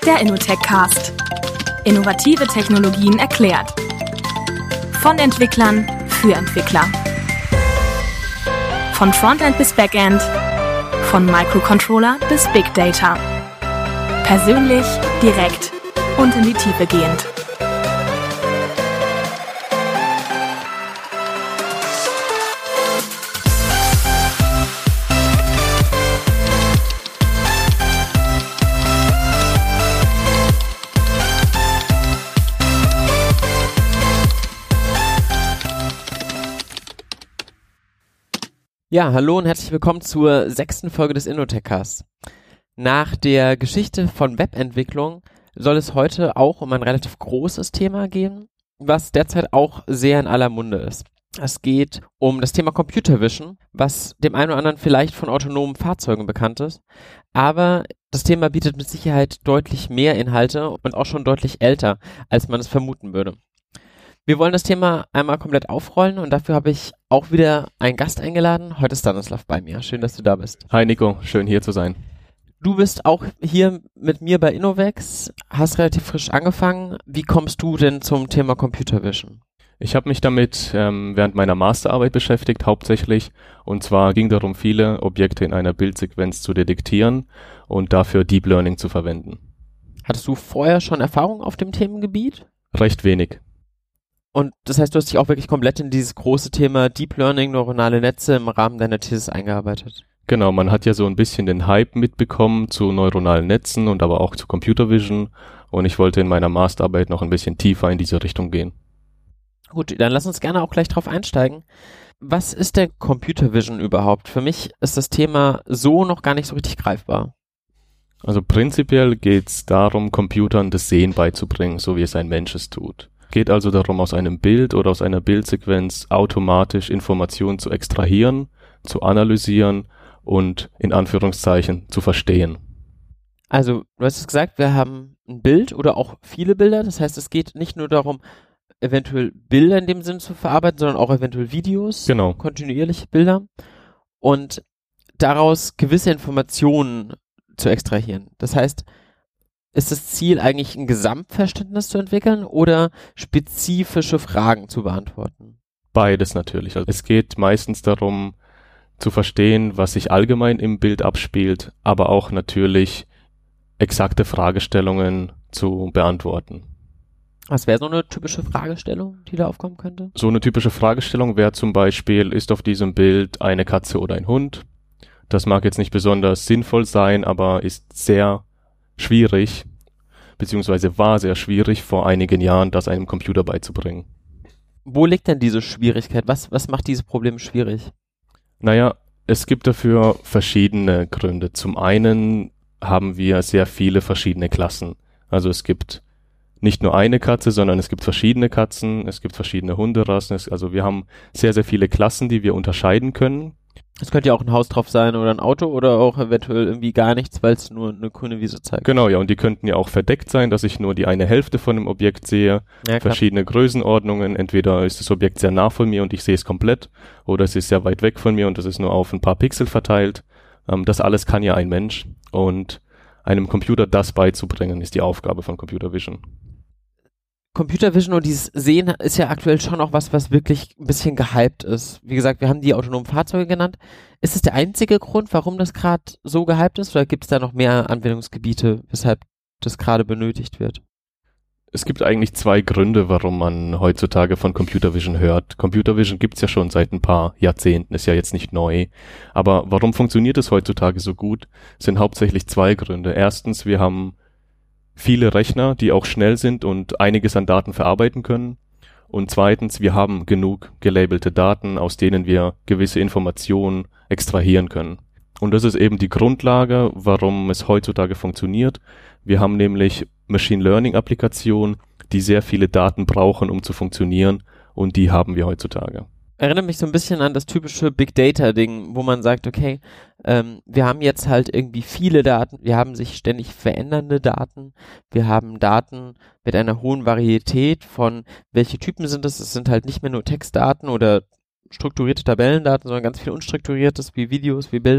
Der InnoTech-Cast. Innovative Technologien erklärt. Von Entwicklern für Entwickler. Von Frontend bis Backend. Von Microcontroller bis Big Data. Persönlich, direkt und in die Tiefe gehend. Ja, hallo und herzlich willkommen zur 6. Folge des InnoTech-Casts. Nach der Geschichte von Webentwicklung soll es heute auch um ein relativ großes Thema gehen, was derzeit auch sehr in aller Munde ist. Es geht um das Thema Computer Vision, was dem einen oder anderen vielleicht von autonomen Fahrzeugen bekannt ist, aber das Thema bietet mit Sicherheit deutlich mehr Inhalte und auch schon deutlich älter, als man es vermuten würde. Wir wollen das Thema einmal komplett aufrollen und dafür habe ich auch wieder einen Gast eingeladen. Heute ist Stanislav bei mir. Schön, dass du da bist. Hi Nico, schön hier zu sein. Du bist auch hier mit mir bei Innovex, hast relativ frisch angefangen. Wie kommst du denn zum Thema Computer Vision? Ich habe mich damit während meiner Masterarbeit beschäftigt, hauptsächlich. Und zwar ging darum, viele Objekte in einer Bildsequenz zu detektieren und dafür Deep Learning zu verwenden. Hattest du vorher schon Erfahrung auf dem Themengebiet? Recht wenig. Und das heißt, du hast dich auch wirklich komplett in dieses große Thema Deep Learning, neuronale Netze im Rahmen deiner Thesis eingearbeitet? Genau, man hat ja so ein bisschen den Hype mitbekommen zu neuronalen Netzen und aber auch zu Computer Vision. Und ich wollte in meiner Masterarbeit noch ein bisschen tiefer in diese Richtung gehen. Gut, dann lass uns gerne auch gleich drauf einsteigen. Was ist denn Computer Vision überhaupt? Für mich ist das Thema so noch gar nicht so richtig greifbar. Also prinzipiell geht es darum, Computern das Sehen beizubringen, so wie es ein Mensch es tut. Geht also darum, aus einem Bild oder aus einer Bildsequenz automatisch Informationen zu extrahieren, zu analysieren und in Anführungszeichen zu verstehen. Also, du hast es gesagt, wir haben ein Bild oder auch viele Bilder. Das heißt, es geht nicht nur darum, eventuell Bilder in dem Sinn zu verarbeiten, sondern auch eventuell Videos, genau, kontinuierliche Bilder und daraus gewisse Informationen zu extrahieren. Das heißt, ist das Ziel eigentlich ein Gesamtverständnis zu entwickeln oder spezifische Fragen zu beantworten? Beides natürlich. Also es geht meistens darum, zu verstehen, was sich allgemein im Bild abspielt, aber auch natürlich exakte Fragestellungen zu beantworten. Was wäre so eine typische Fragestellung, die da aufkommen könnte? So eine typische Fragestellung wäre zum Beispiel, ist auf diesem Bild eine Katze oder ein Hund? Das mag jetzt nicht besonders sinnvoll sein, aber ist sehr schwierig, beziehungsweise war sehr schwierig vor einigen Jahren, das einem Computer beizubringen. Wo liegt denn diese Schwierigkeit? Was macht dieses Problem schwierig? Naja, es gibt dafür verschiedene Gründe. Zum einen haben wir sehr viele verschiedene Klassen. Also es gibt nicht nur eine Katze, sondern es gibt verschiedene Katzen, es gibt verschiedene Hunderassen. Also wir haben sehr, sehr viele Klassen, die wir unterscheiden können. Es könnte ja auch ein Haus drauf sein oder ein Auto oder auch eventuell irgendwie gar nichts, weil es nur eine grüne Wiese zeigt. Genau, ja, und die könnten ja auch verdeckt sein, dass ich nur die eine Hälfte von dem Objekt sehe. Ja, verschiedene Größenordnungen. Entweder ist das Objekt sehr nah von mir und ich sehe es komplett, oder es ist sehr weit weg von mir und es ist nur auf ein paar Pixel verteilt. Das alles kann ja ein Mensch. Und einem Computer das beizubringen, ist die Aufgabe von Computer Vision. Computer Vision und dieses Sehen ist ja aktuell schon auch was wirklich ein bisschen gehypt ist. Wie gesagt, wir haben die autonomen Fahrzeuge genannt. Ist es der einzige Grund, warum das gerade so gehypt ist, oder gibt es da noch mehr Anwendungsgebiete, weshalb das gerade benötigt wird? Es gibt eigentlich zwei Gründe, warum man heutzutage von Computer Vision hört. Computer Vision gibt's ja schon seit ein paar Jahrzehnten, ist ja jetzt nicht neu. Aber warum funktioniert es heutzutage so gut, sind hauptsächlich zwei Gründe. Erstens, wir haben viele Rechner, die auch schnell sind und einiges an Daten verarbeiten können. Und zweitens, wir haben genug gelabelte Daten, aus denen wir gewisse Informationen extrahieren können. Und das ist eben die Grundlage, warum es heutzutage funktioniert. Wir haben nämlich Machine Learning Applikationen, die sehr viele Daten brauchen, um zu funktionieren, und die haben wir heutzutage. Erinnert mich so ein bisschen an das typische Big Data Ding, wo man sagt, okay, wir haben jetzt halt irgendwie viele Daten, wir haben sich ständig verändernde Daten, wir haben Daten mit einer hohen Varietät von, welche Typen sind es sind halt nicht mehr nur Textdaten oder strukturierte Tabellendaten, sondern ganz viel Unstrukturiertes, wie Videos, wie Bilder.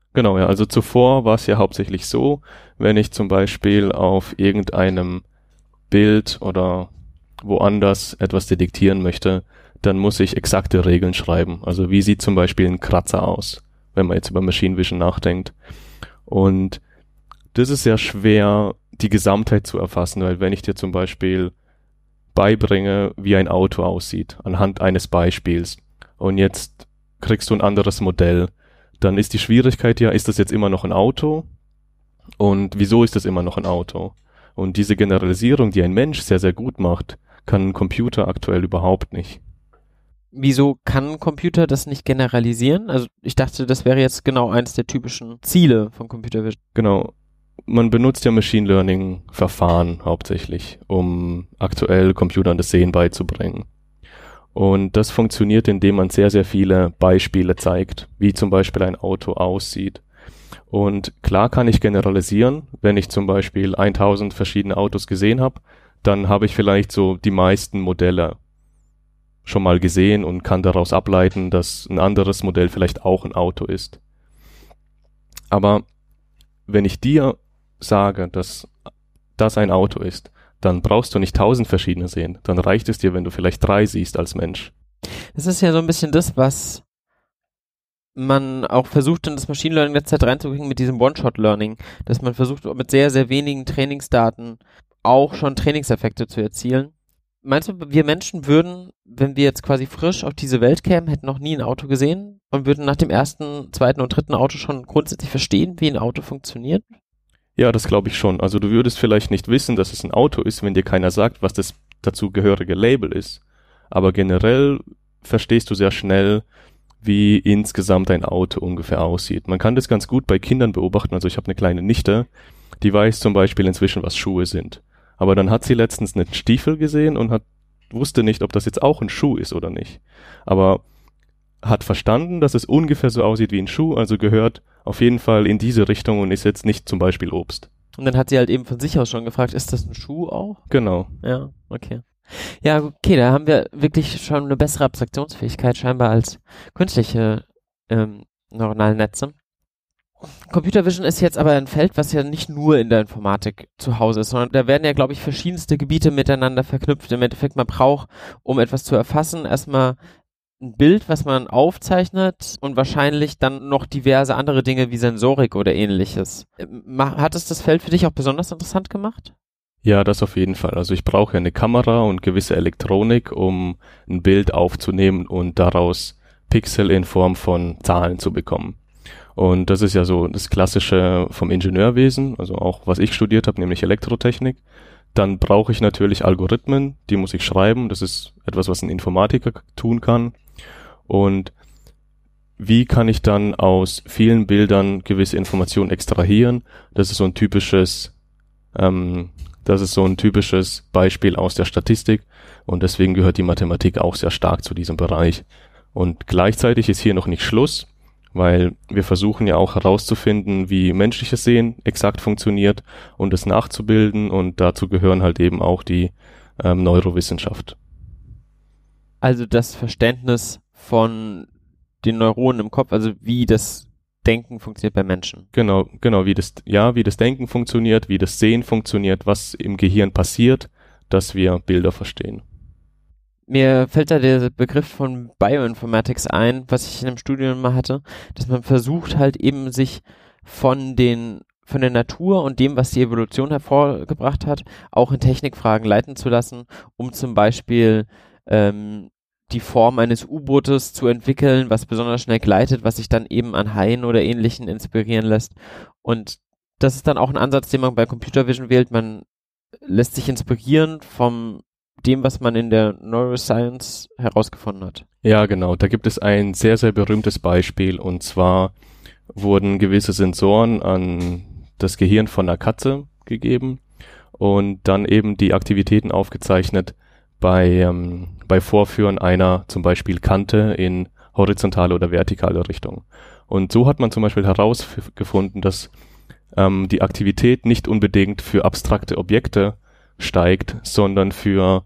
Genau, ja. Also zuvor war es ja hauptsächlich so, wenn ich zum Beispiel auf irgendeinem Bild oder woanders etwas detektieren möchte, dann muss ich exakte Regeln schreiben. Also wie sieht zum Beispiel ein Kratzer aus, wenn man jetzt über Machine Vision nachdenkt. Und das ist sehr schwer, die Gesamtheit zu erfassen, weil wenn ich dir zum Beispiel beibringe, wie ein Auto aussieht, anhand eines Beispiels, und jetzt kriegst du ein anderes Modell, dann ist die Schwierigkeit ja, ist das jetzt immer noch ein Auto? Und wieso ist das immer noch ein Auto? Und diese Generalisierung, die ein Mensch sehr, sehr gut macht, kann ein Computer aktuell überhaupt nicht. Wieso kann ein Computer das nicht generalisieren? Also ich dachte, das wäre jetzt genau eines der typischen Ziele von Computer Vision. Genau. Man benutzt ja Machine Learning Verfahren hauptsächlich, um aktuell Computern das Sehen beizubringen. Und das funktioniert, indem man sehr, sehr viele Beispiele zeigt, wie zum Beispiel ein Auto aussieht. Und klar kann ich generalisieren, wenn ich zum Beispiel 1000 verschiedene Autos gesehen habe, dann habe ich vielleicht so die meisten Modelle schon mal gesehen und kann daraus ableiten, dass ein anderes Modell vielleicht auch ein Auto ist. Aber wenn ich dir sage, dass das ein Auto ist, dann brauchst du nicht 1000 verschiedene sehen. Dann reicht es dir, wenn du vielleicht 3 siehst als Mensch. Das ist ja so ein bisschen das, was man auch versucht, in das Machine Learning letzter Zeit reinzubringen mit diesem One-Shot-Learning, dass man versucht, mit sehr, sehr wenigen Trainingsdaten auch schon Trainingseffekte zu erzielen. Meinst du, wir Menschen würden, wenn wir jetzt quasi frisch auf diese Welt kämen, hätten noch nie ein Auto gesehen und würden nach dem ersten, zweiten und dritten Auto schon grundsätzlich verstehen, wie ein Auto funktioniert? Ja, das glaube ich schon. Also du würdest vielleicht nicht wissen, dass es ein Auto ist, wenn dir keiner sagt, was das dazu gehörige Label ist. Aber generell verstehst du sehr schnell, wie insgesamt ein Auto ungefähr aussieht. Man kann das ganz gut bei Kindern beobachten. Also ich habe eine kleine Nichte, die weiß zum Beispiel inzwischen, was Schuhe sind. Aber dann hat sie letztens einen Stiefel gesehen und wusste nicht, ob das jetzt auch ein Schuh ist oder nicht. Aber hat verstanden, dass es ungefähr so aussieht wie ein Schuh, also gehört auf jeden Fall in diese Richtung und ist jetzt nicht zum Beispiel Obst. Und dann hat sie halt eben von sich aus schon gefragt, ist das ein Schuh auch? Genau. Ja, okay. Ja, okay, da haben wir wirklich schon eine bessere Abstraktionsfähigkeit scheinbar als künstliche neuronale Netze. Computer Vision ist jetzt aber ein Feld, was ja nicht nur in der Informatik zu Hause ist, sondern da werden ja, glaube ich, verschiedenste Gebiete miteinander verknüpft. Im Endeffekt, man braucht, um etwas zu erfassen, erstmal ein Bild, was man aufzeichnet und wahrscheinlich dann noch diverse andere Dinge wie Sensorik oder ähnliches. Hat es das Feld für dich auch besonders interessant gemacht? Ja, das auf jeden Fall. Also ich brauche eine Kamera und gewisse Elektronik, um ein Bild aufzunehmen und daraus Pixel in Form von Zahlen zu bekommen. Und das ist ja so das Klassische vom Ingenieurwesen, also auch was ich studiert habe, nämlich Elektrotechnik. Dann brauche ich natürlich Algorithmen, die muss ich schreiben. Das ist etwas, was ein Informatiker tun kann. Und wie kann ich dann aus vielen Bildern gewisse Informationen extrahieren? Das ist so ein typisches Beispiel aus der Statistik. Und deswegen gehört die Mathematik auch sehr stark zu diesem Bereich. Und gleichzeitig ist hier noch nicht Schluss, weil wir versuchen ja auch herauszufinden, wie menschliches Sehen exakt funktioniert und es nachzubilden, und dazu gehören halt eben auch die Neurowissenschaft. Also das Verständnis von den Neuronen im Kopf, also wie das Denken funktioniert bei Menschen. Genau, wie das Denken funktioniert, wie das Sehen funktioniert, was im Gehirn passiert, dass wir Bilder verstehen. Mir fällt da der Begriff von Bioinformatics ein, was ich in einem Studium mal hatte, dass man versucht halt eben sich von der Natur und dem, was die Evolution hervorgebracht hat, auch in Technikfragen leiten zu lassen, um zum Beispiel die Form eines U-Bootes zu entwickeln, was besonders schnell gleitet, was sich dann eben an Haien oder Ähnlichen inspirieren lässt. Und das ist dann auch ein Ansatz, den man bei Computer Vision wählt. Man lässt sich inspirieren vom dem, was man in der Neuroscience herausgefunden hat. Ja, genau. Da gibt es ein sehr, sehr berühmtes Beispiel, und zwar wurden gewisse Sensoren an das Gehirn von einer Katze gegeben und dann eben die Aktivitäten aufgezeichnet bei Vorführen einer zum Beispiel Kante in horizontale oder vertikale Richtung. Und so hat man zum Beispiel herausgefunden, dass die Aktivität nicht unbedingt für abstrakte Objekte steigt, sondern für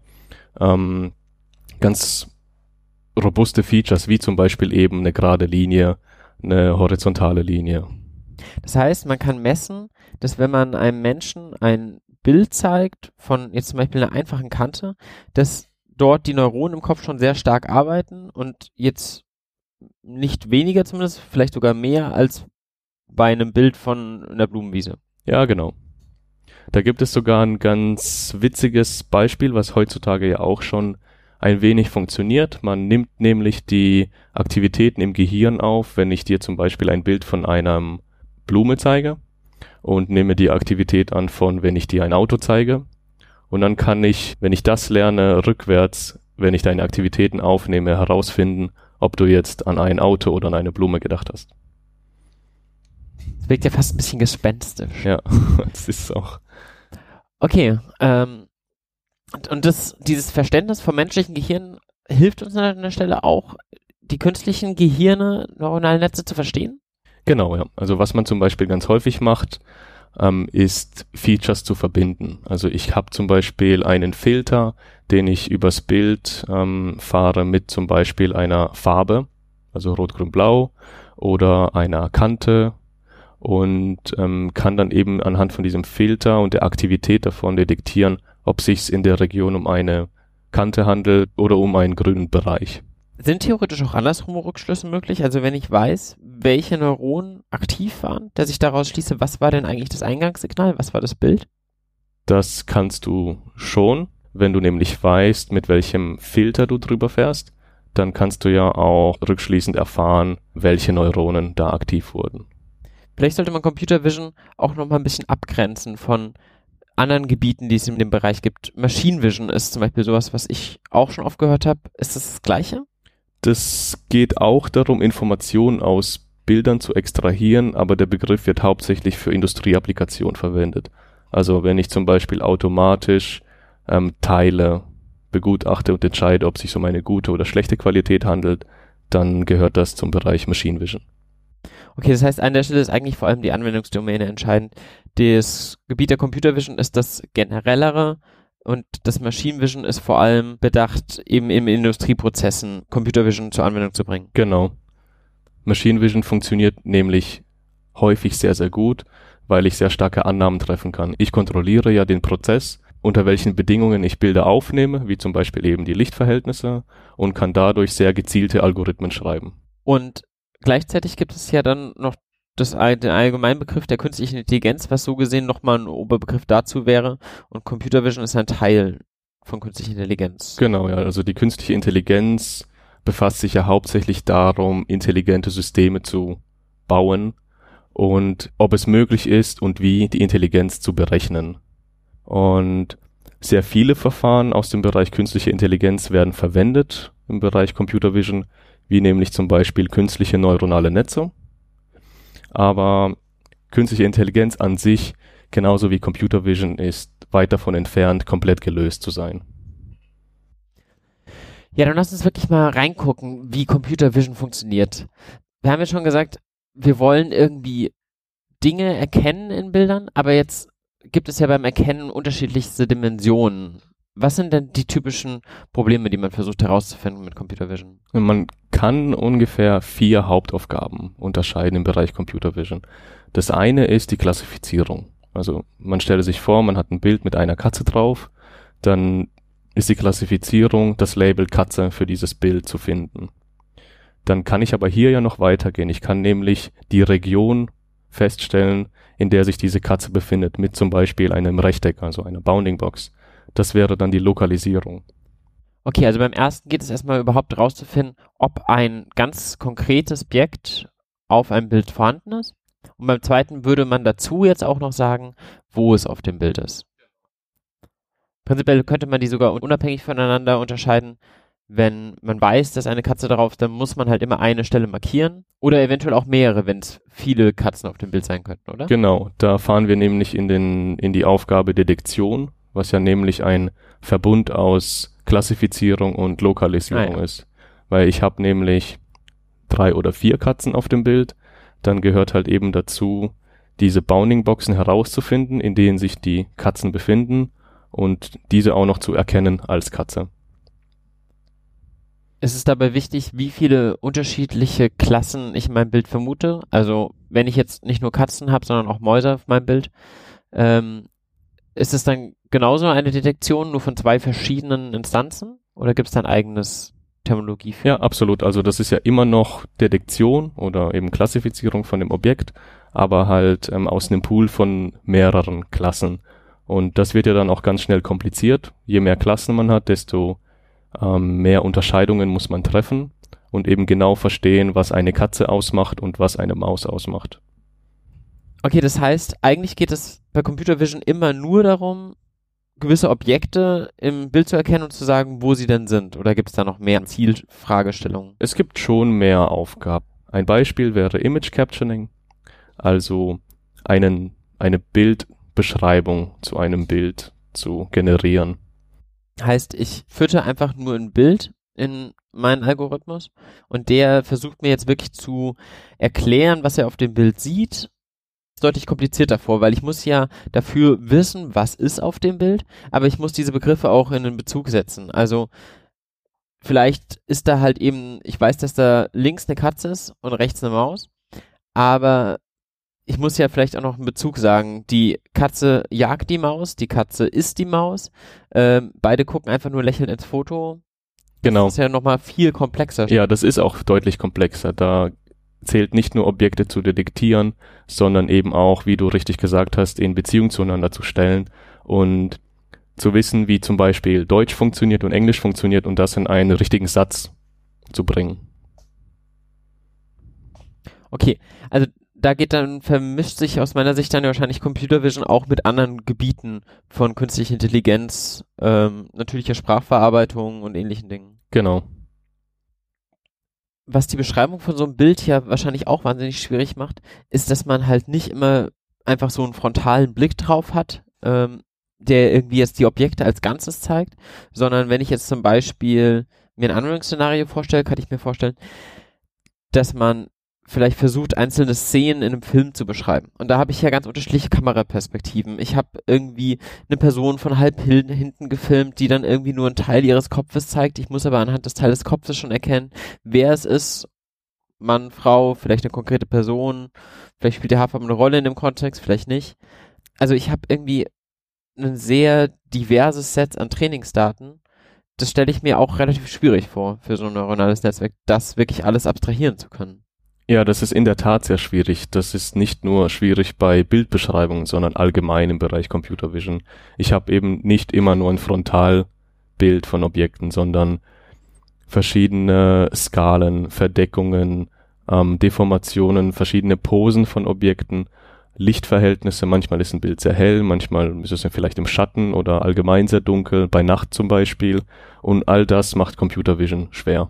ganz robuste Features, wie zum Beispiel eben eine gerade Linie, eine horizontale Linie. Das heißt, man kann messen, dass wenn man einem Menschen ein Bild zeigt von jetzt zum Beispiel einer einfachen Kante, dass dort die Neuronen im Kopf schon sehr stark arbeiten und jetzt nicht weniger zumindest, vielleicht sogar mehr als bei einem Bild von einer Blumenwiese. Ja, genau. Da gibt es sogar ein ganz witziges Beispiel, was heutzutage ja auch schon ein wenig funktioniert. Man nimmt nämlich die Aktivitäten im Gehirn auf, wenn ich dir zum Beispiel ein Bild von einer Blume zeige und nehme die Aktivität an von, wenn ich dir ein Auto zeige. Und dann kann ich, wenn ich das lerne, rückwärts, wenn ich deine Aktivitäten aufnehme, herausfinden, ob du jetzt an ein Auto oder an eine Blume gedacht hast. Das wirkt ja fast ein bisschen gespenstisch. Ja, das ist es auch. Okay, und dieses Verständnis vom menschlichen Gehirn hilft uns an der Stelle auch, die künstlichen Gehirne, neuronalen Netze zu verstehen? Genau, ja. Also was man zum Beispiel ganz häufig macht, ist Features zu verbinden. Also ich habe zum Beispiel einen Filter, den ich übers Bild fahre mit zum Beispiel einer Farbe, also Rot, Grün, Blau oder einer Kante und kann dann eben anhand von diesem Filter und der Aktivität davon detektieren, ob es sich in der Region um eine Kante handelt oder um einen grünen Bereich. Sind theoretisch auch andersrum Rückschlüsse möglich? Also wenn ich weiß, welche Neuronen aktiv waren, dass ich daraus schließe, was war denn eigentlich das Eingangssignal, was war das Bild? Das kannst du schon, wenn du nämlich weißt, mit welchem Filter du drüber fährst, dann kannst du ja auch rückschließend erfahren, welche Neuronen da aktiv wurden. Vielleicht sollte man Computer Vision auch nochmal ein bisschen abgrenzen von anderen Gebieten, die es in dem Bereich gibt. Machine Vision ist zum Beispiel sowas, was ich auch schon oft gehört habe. Ist das Gleiche? Das geht auch darum, Informationen aus Bildern zu extrahieren, aber der Begriff wird hauptsächlich für Industrieapplikationen verwendet. Also wenn ich zum Beispiel automatisch Teile begutachte und entscheide, ob es sich um eine gute oder schlechte Qualität handelt, dann gehört das zum Bereich Machine Vision. Okay, das heißt, an der Stelle ist eigentlich vor allem die Anwendungsdomäne entscheidend. Das Gebiet der Computer Vision ist das generellere und das Machine Vision ist vor allem bedacht, eben in Industrieprozessen Computer Vision zur Anwendung zu bringen. Genau. Machine Vision funktioniert nämlich häufig sehr, sehr gut, weil ich sehr starke Annahmen treffen kann. Ich kontrolliere ja den Prozess, unter welchen Bedingungen ich Bilder aufnehme, wie zum Beispiel eben die Lichtverhältnisse, und kann dadurch sehr gezielte Algorithmen schreiben. Und gleichzeitig gibt es ja dann noch den Allgemeinbegriff der künstlichen Intelligenz, was so gesehen nochmal ein Oberbegriff dazu wäre. Und Computer Vision ist ein Teil von künstlicher Intelligenz. Genau, ja. Also die künstliche Intelligenz befasst sich ja hauptsächlich darum, intelligente Systeme zu bauen und ob es möglich ist und wie die Intelligenz zu berechnen. Und sehr viele Verfahren aus dem Bereich künstliche Intelligenz werden verwendet im Bereich Computer Vision, wie nämlich zum Beispiel künstliche neuronale Netze. Aber künstliche Intelligenz an sich, genauso wie Computer Vision, ist weit davon entfernt, komplett gelöst zu sein. Ja, dann lass uns wirklich mal reingucken, wie Computer Vision funktioniert. Wir haben ja schon gesagt, wir wollen irgendwie Dinge erkennen in Bildern, aber jetzt gibt es ja beim Erkennen unterschiedlichste Dimensionen. Was sind denn die typischen Probleme, die man versucht herauszufinden mit Computer Vision? Man kann ungefähr 4 Hauptaufgaben unterscheiden im Bereich Computer Vision. Das eine ist die Klassifizierung. Also man stelle sich vor, man hat ein Bild mit einer Katze drauf, dann ist die Klassifizierung, das Label Katze für dieses Bild zu finden. Dann kann ich aber hier ja noch weitergehen. Ich kann nämlich die Region feststellen, in der sich diese Katze befindet, mit zum Beispiel einem Rechteck, also einer Bounding Box. Das wäre dann die Lokalisierung. Okay, also beim ersten geht es erstmal überhaupt herauszufinden, ob ein ganz konkretes Objekt auf einem Bild vorhanden ist. Und beim zweiten würde man dazu jetzt auch noch sagen, wo es auf dem Bild ist. Prinzipiell könnte man die sogar unabhängig voneinander unterscheiden. Wenn man weiß, dass eine Katze darauf ist, dann muss man halt immer eine Stelle markieren oder eventuell auch mehrere, wenn es viele Katzen auf dem Bild sein könnten, oder? Genau, da fahren wir nämlich in die Aufgabe Detektion, was ja nämlich ein Verbund aus Klassifizierung und Lokalisierung ist. Weil ich habe nämlich 3 oder 4 Katzen auf dem Bild, dann gehört halt eben dazu, diese Bounding-Boxen herauszufinden, in denen sich die Katzen befinden und diese auch noch zu erkennen als Katze. Es ist dabei wichtig, wie viele unterschiedliche Klassen ich in meinem Bild vermute. Also wenn ich jetzt nicht nur Katzen habe, sondern auch Mäuse auf meinem Bild, ist es dann genauso eine Detektion, nur von 2 verschiedenen Instanzen? Oder gibt es da ein eigenes Terminologie für? Ja, absolut. Also das ist ja immer noch Detektion oder eben Klassifizierung von dem Objekt, aber halt aus einem Pool von mehreren Klassen. Und das wird ja dann auch ganz schnell kompliziert. Je mehr Klassen man hat, desto mehr Unterscheidungen muss man treffen und eben genau verstehen, was eine Katze ausmacht und was eine Maus ausmacht. Okay, das heißt, eigentlich geht es bei Computer Vision immer nur darum, gewisse Objekte im Bild zu erkennen und zu sagen, wo sie denn sind? Oder gibt es da noch mehr Zielfragestellungen? Es gibt schon mehr Aufgaben. Ein Beispiel wäre Image Captioning, also eine Bildbeschreibung zu einem Bild zu generieren. Heißt, ich fütter einfach nur ein Bild in meinen Algorithmus und der versucht mir jetzt wirklich zu erklären, was er auf dem Bild sieht. Ist deutlich komplizierter vor, weil ich muss ja dafür wissen, was ist auf dem Bild, aber ich muss diese Begriffe auch in einen Bezug setzen. Also vielleicht ist da halt eben, ich weiß, dass da links eine Katze ist und rechts eine Maus, aber ich muss ja vielleicht auch noch einen Bezug sagen. Die Katze jagt die Maus, die Katze isst die Maus, beide gucken einfach nur lächelnd ins Foto. Genau. Das ist ja nochmal viel komplexer. Ja, das ist auch deutlich komplexer. Da zählt nicht nur Objekte zu detektieren, sondern eben auch, wie du richtig gesagt hast, in Beziehung zueinander zu stellen und zu wissen, wie zum Beispiel Deutsch funktioniert und Englisch funktioniert und das in einen richtigen Satz zu bringen. Okay, also vermischt sich aus meiner Sicht dann ja wahrscheinlich Computer Vision auch mit anderen Gebieten von künstlicher Intelligenz, natürlicher Sprachverarbeitung und ähnlichen Dingen. Genau. Was die Beschreibung von so einem Bild ja wahrscheinlich auch wahnsinnig schwierig macht, ist, dass man halt nicht immer einfach so einen frontalen Blick drauf hat, der irgendwie jetzt die Objekte als Ganzes zeigt, sondern wenn ich jetzt zum Beispiel mir ein Anwendungsszenario vorstelle, kann ich mir vorstellen, dass man vielleicht versucht, einzelne Szenen in einem Film zu beschreiben. Und da habe ich ja ganz unterschiedliche Kameraperspektiven. Ich habe irgendwie eine Person von halb hinten gefilmt, die dann irgendwie nur einen Teil ihres Kopfes zeigt. Ich muss aber anhand des Teiles des Kopfes schon erkennen, wer es ist. Mann, Frau, vielleicht eine konkrete Person. Vielleicht spielt der Haarfarbe eine Rolle in dem Kontext, vielleicht nicht. Also ich habe irgendwie ein sehr diverses Set an Trainingsdaten. Das stelle ich mir auch relativ schwierig vor, für so ein neuronales Netzwerk, das wirklich alles abstrahieren zu können. Ja, das ist in der Tat sehr schwierig. Das ist nicht nur schwierig bei Bildbeschreibungen, sondern allgemein im Bereich Computer Vision. Ich habe eben nicht immer nur ein Frontalbild von Objekten, sondern verschiedene Skalen, Verdeckungen, Deformationen, verschiedene Posen von Objekten, Lichtverhältnisse. Manchmal ist ein Bild sehr hell, manchmal ist es vielleicht im Schatten oder allgemein sehr dunkel, bei Nacht zum Beispiel. Und all das macht Computer Vision schwer.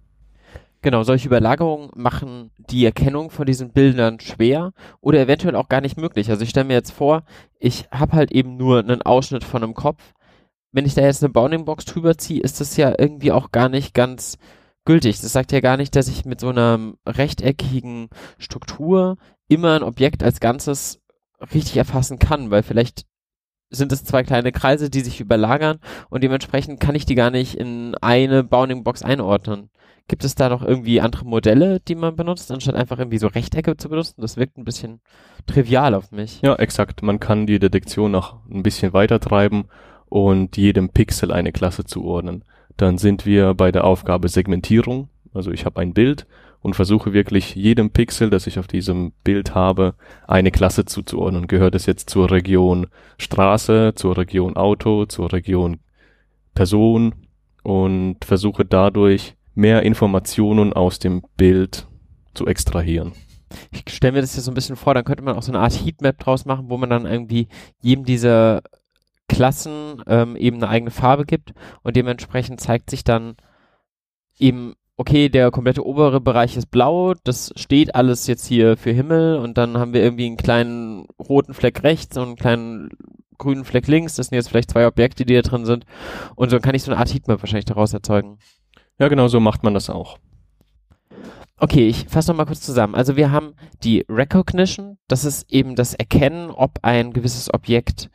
Genau, solche Überlagerungen machen die Erkennung von diesen Bildern schwer oder eventuell auch gar nicht möglich. Also ich stelle mir jetzt vor, ich habe halt eben nur einen Ausschnitt von einem Kopf. Wenn ich da jetzt eine Bounding-Box drüber ziehe, ist das ja irgendwie auch gar nicht ganz gültig. Das sagt ja gar nicht, dass ich mit so einer rechteckigen Struktur immer ein Objekt als Ganzes richtig erfassen kann, weil vielleicht sind es 2 kleine Kreise, die sich überlagern und dementsprechend kann ich die gar nicht in eine Bounding-Box einordnen. Gibt es da noch irgendwie andere Modelle, die man benutzt, anstatt einfach irgendwie so Rechtecke zu benutzen? Das wirkt ein bisschen trivial auf mich. Ja, exakt. Man kann die Detektion noch ein bisschen weiter treiben und jedem Pixel eine Klasse zuordnen. Dann sind wir bei der Aufgabe Segmentierung. Also ich habe ein Bild und versuche wirklich jedem Pixel, das ich auf diesem Bild habe, eine Klasse zuzuordnen. Gehört es jetzt zur Region Straße, zur Region Auto, zur Region Person und versuche dadurch mehr Informationen aus dem Bild zu extrahieren. Ich stelle mir das ja so ein bisschen vor, dann könnte man auch so eine Art Heatmap draus machen, wo man dann irgendwie jedem dieser Klassen eben eine eigene Farbe gibt und dementsprechend zeigt sich dann eben, okay, der komplette obere Bereich ist blau, das steht alles jetzt hier für Himmel und dann haben wir irgendwie einen kleinen roten Fleck rechts und einen kleinen grünen Fleck links, das sind jetzt vielleicht 2 Objekte, die da drin sind und so kann ich so eine Art Heatmap wahrscheinlich daraus erzeugen. Ja, genau so macht man das auch. Okay, ich fasse noch mal kurz zusammen. Also wir haben die Recognition, das ist eben das Erkennen, ob ein gewisses Objekt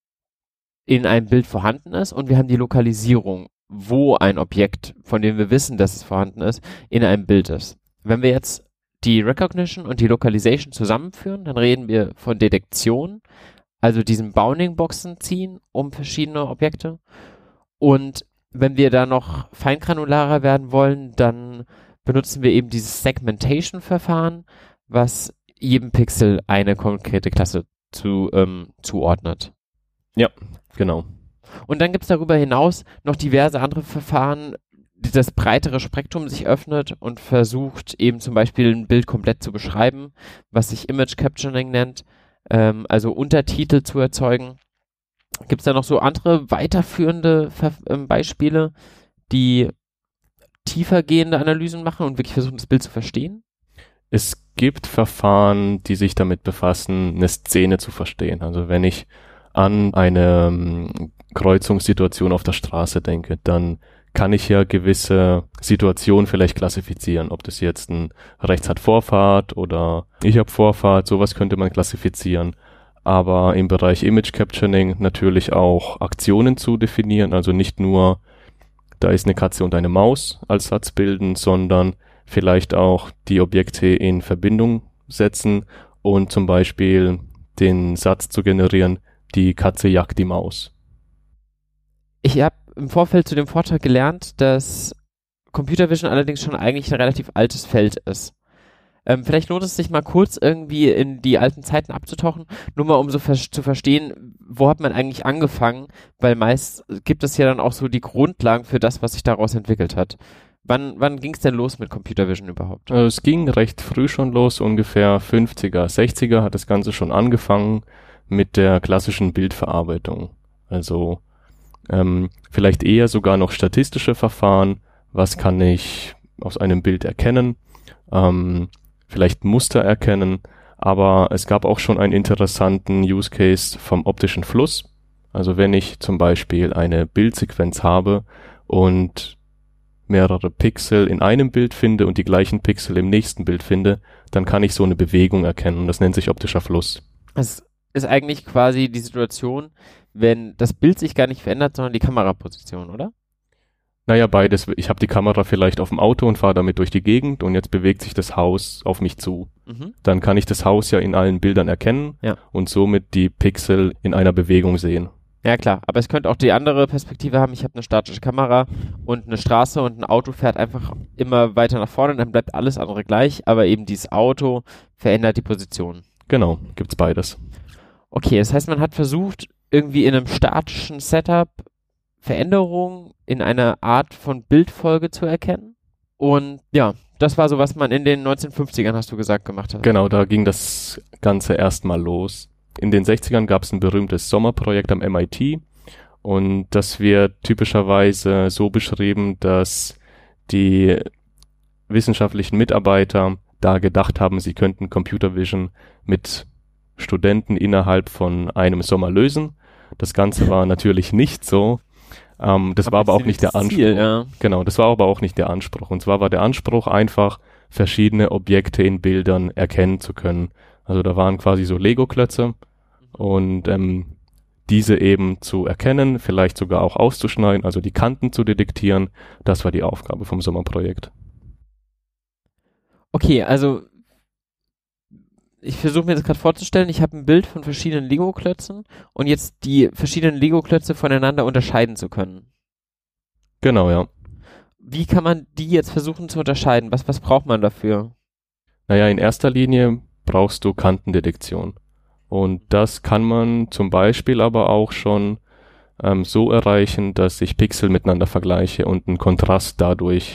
in einem Bild vorhanden ist und wir haben die Lokalisierung, wo ein Objekt, von dem wir wissen, dass es vorhanden ist, in einem Bild ist. Wenn wir jetzt die Recognition und die Localization zusammenführen. Dann reden wir von Detektion, also diesen Bounding-Boxen ziehen um verschiedene Objekte. Und wenn wir da noch feingranularer werden wollen, dann benutzen wir eben dieses Segmentation-Verfahren, was jedem Pixel eine konkrete Klasse zuordnet. Ja, genau. Und dann gibt es darüber hinaus noch diverse andere Verfahren, die das breitere Spektrum sich öffnet und versucht eben zum Beispiel ein Bild komplett zu beschreiben, was sich Image Capturing nennt, also Untertitel zu erzeugen. Gibt es da noch so andere weiterführende Beispiele, die tiefergehende Analysen machen und wirklich versuchen, das Bild zu verstehen? Es gibt Verfahren, die sich damit befassen, eine Szene zu verstehen. Also wenn ich an eine Kreuzungssituation auf der Straße denke, dann kann ich ja gewisse Situationen vielleicht klassifizieren. Ob das jetzt ein rechts hat Vorfahrt oder ich habe Vorfahrt, sowas könnte man klassifizieren. Aber im Bereich Image Capturing natürlich auch Aktionen zu definieren. Also nicht nur, da ist eine Katze und eine Maus als Satz bilden, sondern vielleicht auch die Objekte in Verbindung setzen und zum Beispiel den Satz zu generieren, die Katze jagt die Maus. Ich habe im Vorfeld zu dem Vortrag gelernt, dass Computer Vision allerdings schon eigentlich ein relativ altes Feld ist. Vielleicht lohnt es sich mal kurz irgendwie in die alten Zeiten abzutauchen, nur mal um so zu verstehen, wo hat man eigentlich angefangen, weil meist gibt es ja dann auch so die Grundlagen für das, was sich daraus entwickelt hat. Wann ging es denn los mit Computer Vision überhaupt? Also es ging recht früh schon los, ungefähr 50er, 60er hat das Ganze schon angefangen mit der klassischen Bildverarbeitung. Also vielleicht eher sogar noch statistische Verfahren. Was kann ich aus einem Bild erkennen? Vielleicht Muster erkennen. Aber es gab auch schon einen interessanten Use Case vom optischen Fluss. Also wenn ich zum Beispiel eine Bildsequenz habe und mehrere Pixel in einem Bild finde und die gleichen Pixel im nächsten Bild finde, dann kann ich so eine Bewegung erkennen. Das nennt sich optischer Fluss. Das ist eigentlich quasi die Situation, wenn das Bild sich gar nicht verändert, sondern die Kameraposition, oder? Naja, beides. Ich habe die Kamera vielleicht auf dem Auto und fahre damit durch die Gegend und jetzt bewegt sich das Haus auf mich zu. Mhm. Dann kann ich das Haus ja in allen Bildern erkennen und somit die Pixel in einer Bewegung sehen. Ja klar, aber es könnte auch die andere Perspektive haben, ich habe eine statische Kamera und eine Straße und ein Auto fährt einfach immer weiter nach vorne, dann bleibt alles andere gleich, aber eben dieses Auto verändert die Position. Genau, gibt's beides. Okay, das heißt, man hat versucht, irgendwie in einem statischen Setup Veränderungen in einer Art von Bildfolge zu erkennen. Und ja, das war so, was man in den 1950ern, hast du gesagt, gemacht hat. Genau, da ging das Ganze erstmal los. In den 60ern gab es ein berühmtes Sommerprojekt am MIT und das wird typischerweise so beschrieben, dass die wissenschaftlichen Mitarbeiter da gedacht haben, sie könnten Computer Vision mit Studenten innerhalb von einem Sommer lösen. Das Ganze war natürlich nicht so. Das war aber auch nicht der Anspruch. Ziel, ja. Genau, das war aber auch nicht der Anspruch. Und zwar war der Anspruch einfach, verschiedene Objekte in Bildern erkennen zu können. Also da waren quasi so Lego-Klötze und diese eben zu erkennen, vielleicht sogar auch auszuschneiden, also die Kanten zu detektieren. Das war die Aufgabe vom Sommerprojekt. Okay, also ich versuche mir das gerade vorzustellen, ich habe ein Bild von verschiedenen Lego-Klötzen und jetzt die verschiedenen Lego-Klötze voneinander unterscheiden zu können. Genau, ja. Wie kann man die jetzt versuchen zu unterscheiden? Was braucht man dafür? Naja, in erster Linie brauchst du Kantendetektion. Und das kann man zum Beispiel aber auch schon so erreichen, dass ich Pixel miteinander vergleiche und einen Kontrast dadurch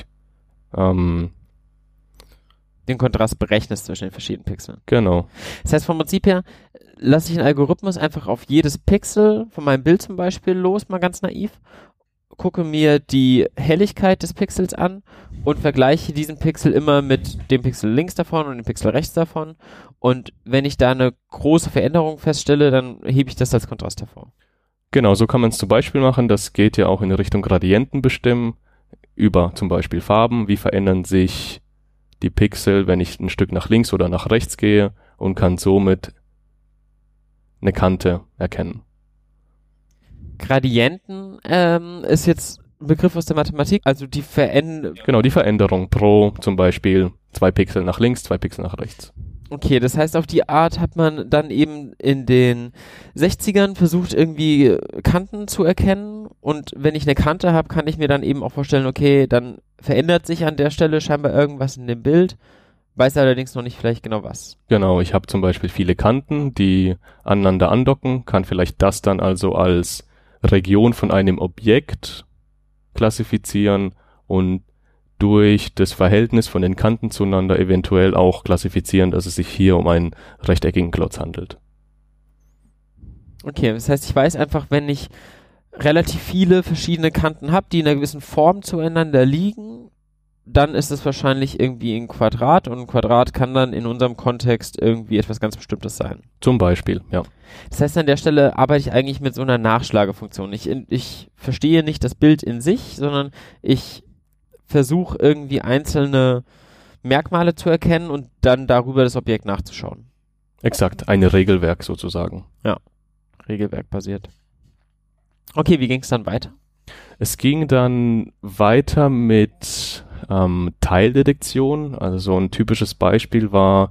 den Kontrast berechnest zwischen den verschiedenen Pixeln. Genau. Das heißt, vom Prinzip her lasse ich einen Algorithmus einfach auf jedes Pixel von meinem Bild zum Beispiel los, mal ganz naiv, gucke mir die Helligkeit des Pixels an und vergleiche diesen Pixel immer mit dem Pixel links davon und dem Pixel rechts davon. Und wenn ich da eine große Veränderung feststelle, dann hebe ich das als Kontrast hervor. Genau, so kann man es zum Beispiel machen. Das geht ja auch in Richtung Gradienten bestimmen, über zum Beispiel Farben. Wie verändern sich die Pixel, wenn ich ein Stück nach links oder nach rechts gehe und kann somit eine Kante erkennen. Gradienten ist jetzt ein Begriff aus der Mathematik, also die Genau, die Veränderung pro zum Beispiel 2 Pixel nach links, 2 Pixel nach rechts. Okay, das heißt, auf die Art hat man dann eben in den 60ern versucht, irgendwie Kanten zu erkennen. Und wenn ich eine Kante habe, kann ich mir dann eben auch vorstellen, okay, dann verändert sich an der Stelle scheinbar irgendwas in dem Bild, weiß allerdings noch nicht vielleicht genau was. Genau, ich habe zum Beispiel viele Kanten, die aneinander andocken, kann vielleicht das dann also als Region von einem Objekt klassifizieren und durch das Verhältnis von den Kanten zueinander eventuell auch klassifizieren, dass es sich hier um einen rechteckigen Klotz handelt. Okay, das heißt, ich weiß einfach, wenn ich relativ viele verschiedene Kanten habe, die in einer gewissen Form zueinander liegen, dann ist es wahrscheinlich irgendwie ein Quadrat und ein Quadrat kann dann in unserem Kontext irgendwie etwas ganz Bestimmtes sein. Zum Beispiel, ja. Das heißt, an der Stelle arbeite ich eigentlich mit so einer Nachschlagefunktion. Ich verstehe nicht das Bild in sich, sondern ich versuche irgendwie einzelne Merkmale zu erkennen und dann darüber das Objekt nachzuschauen. Exakt, ein Regelwerk sozusagen. Ja, regelwerkbasiert. Okay, wie ging es dann weiter? Es ging dann weiter mit Teildetektion. Also so ein typisches Beispiel war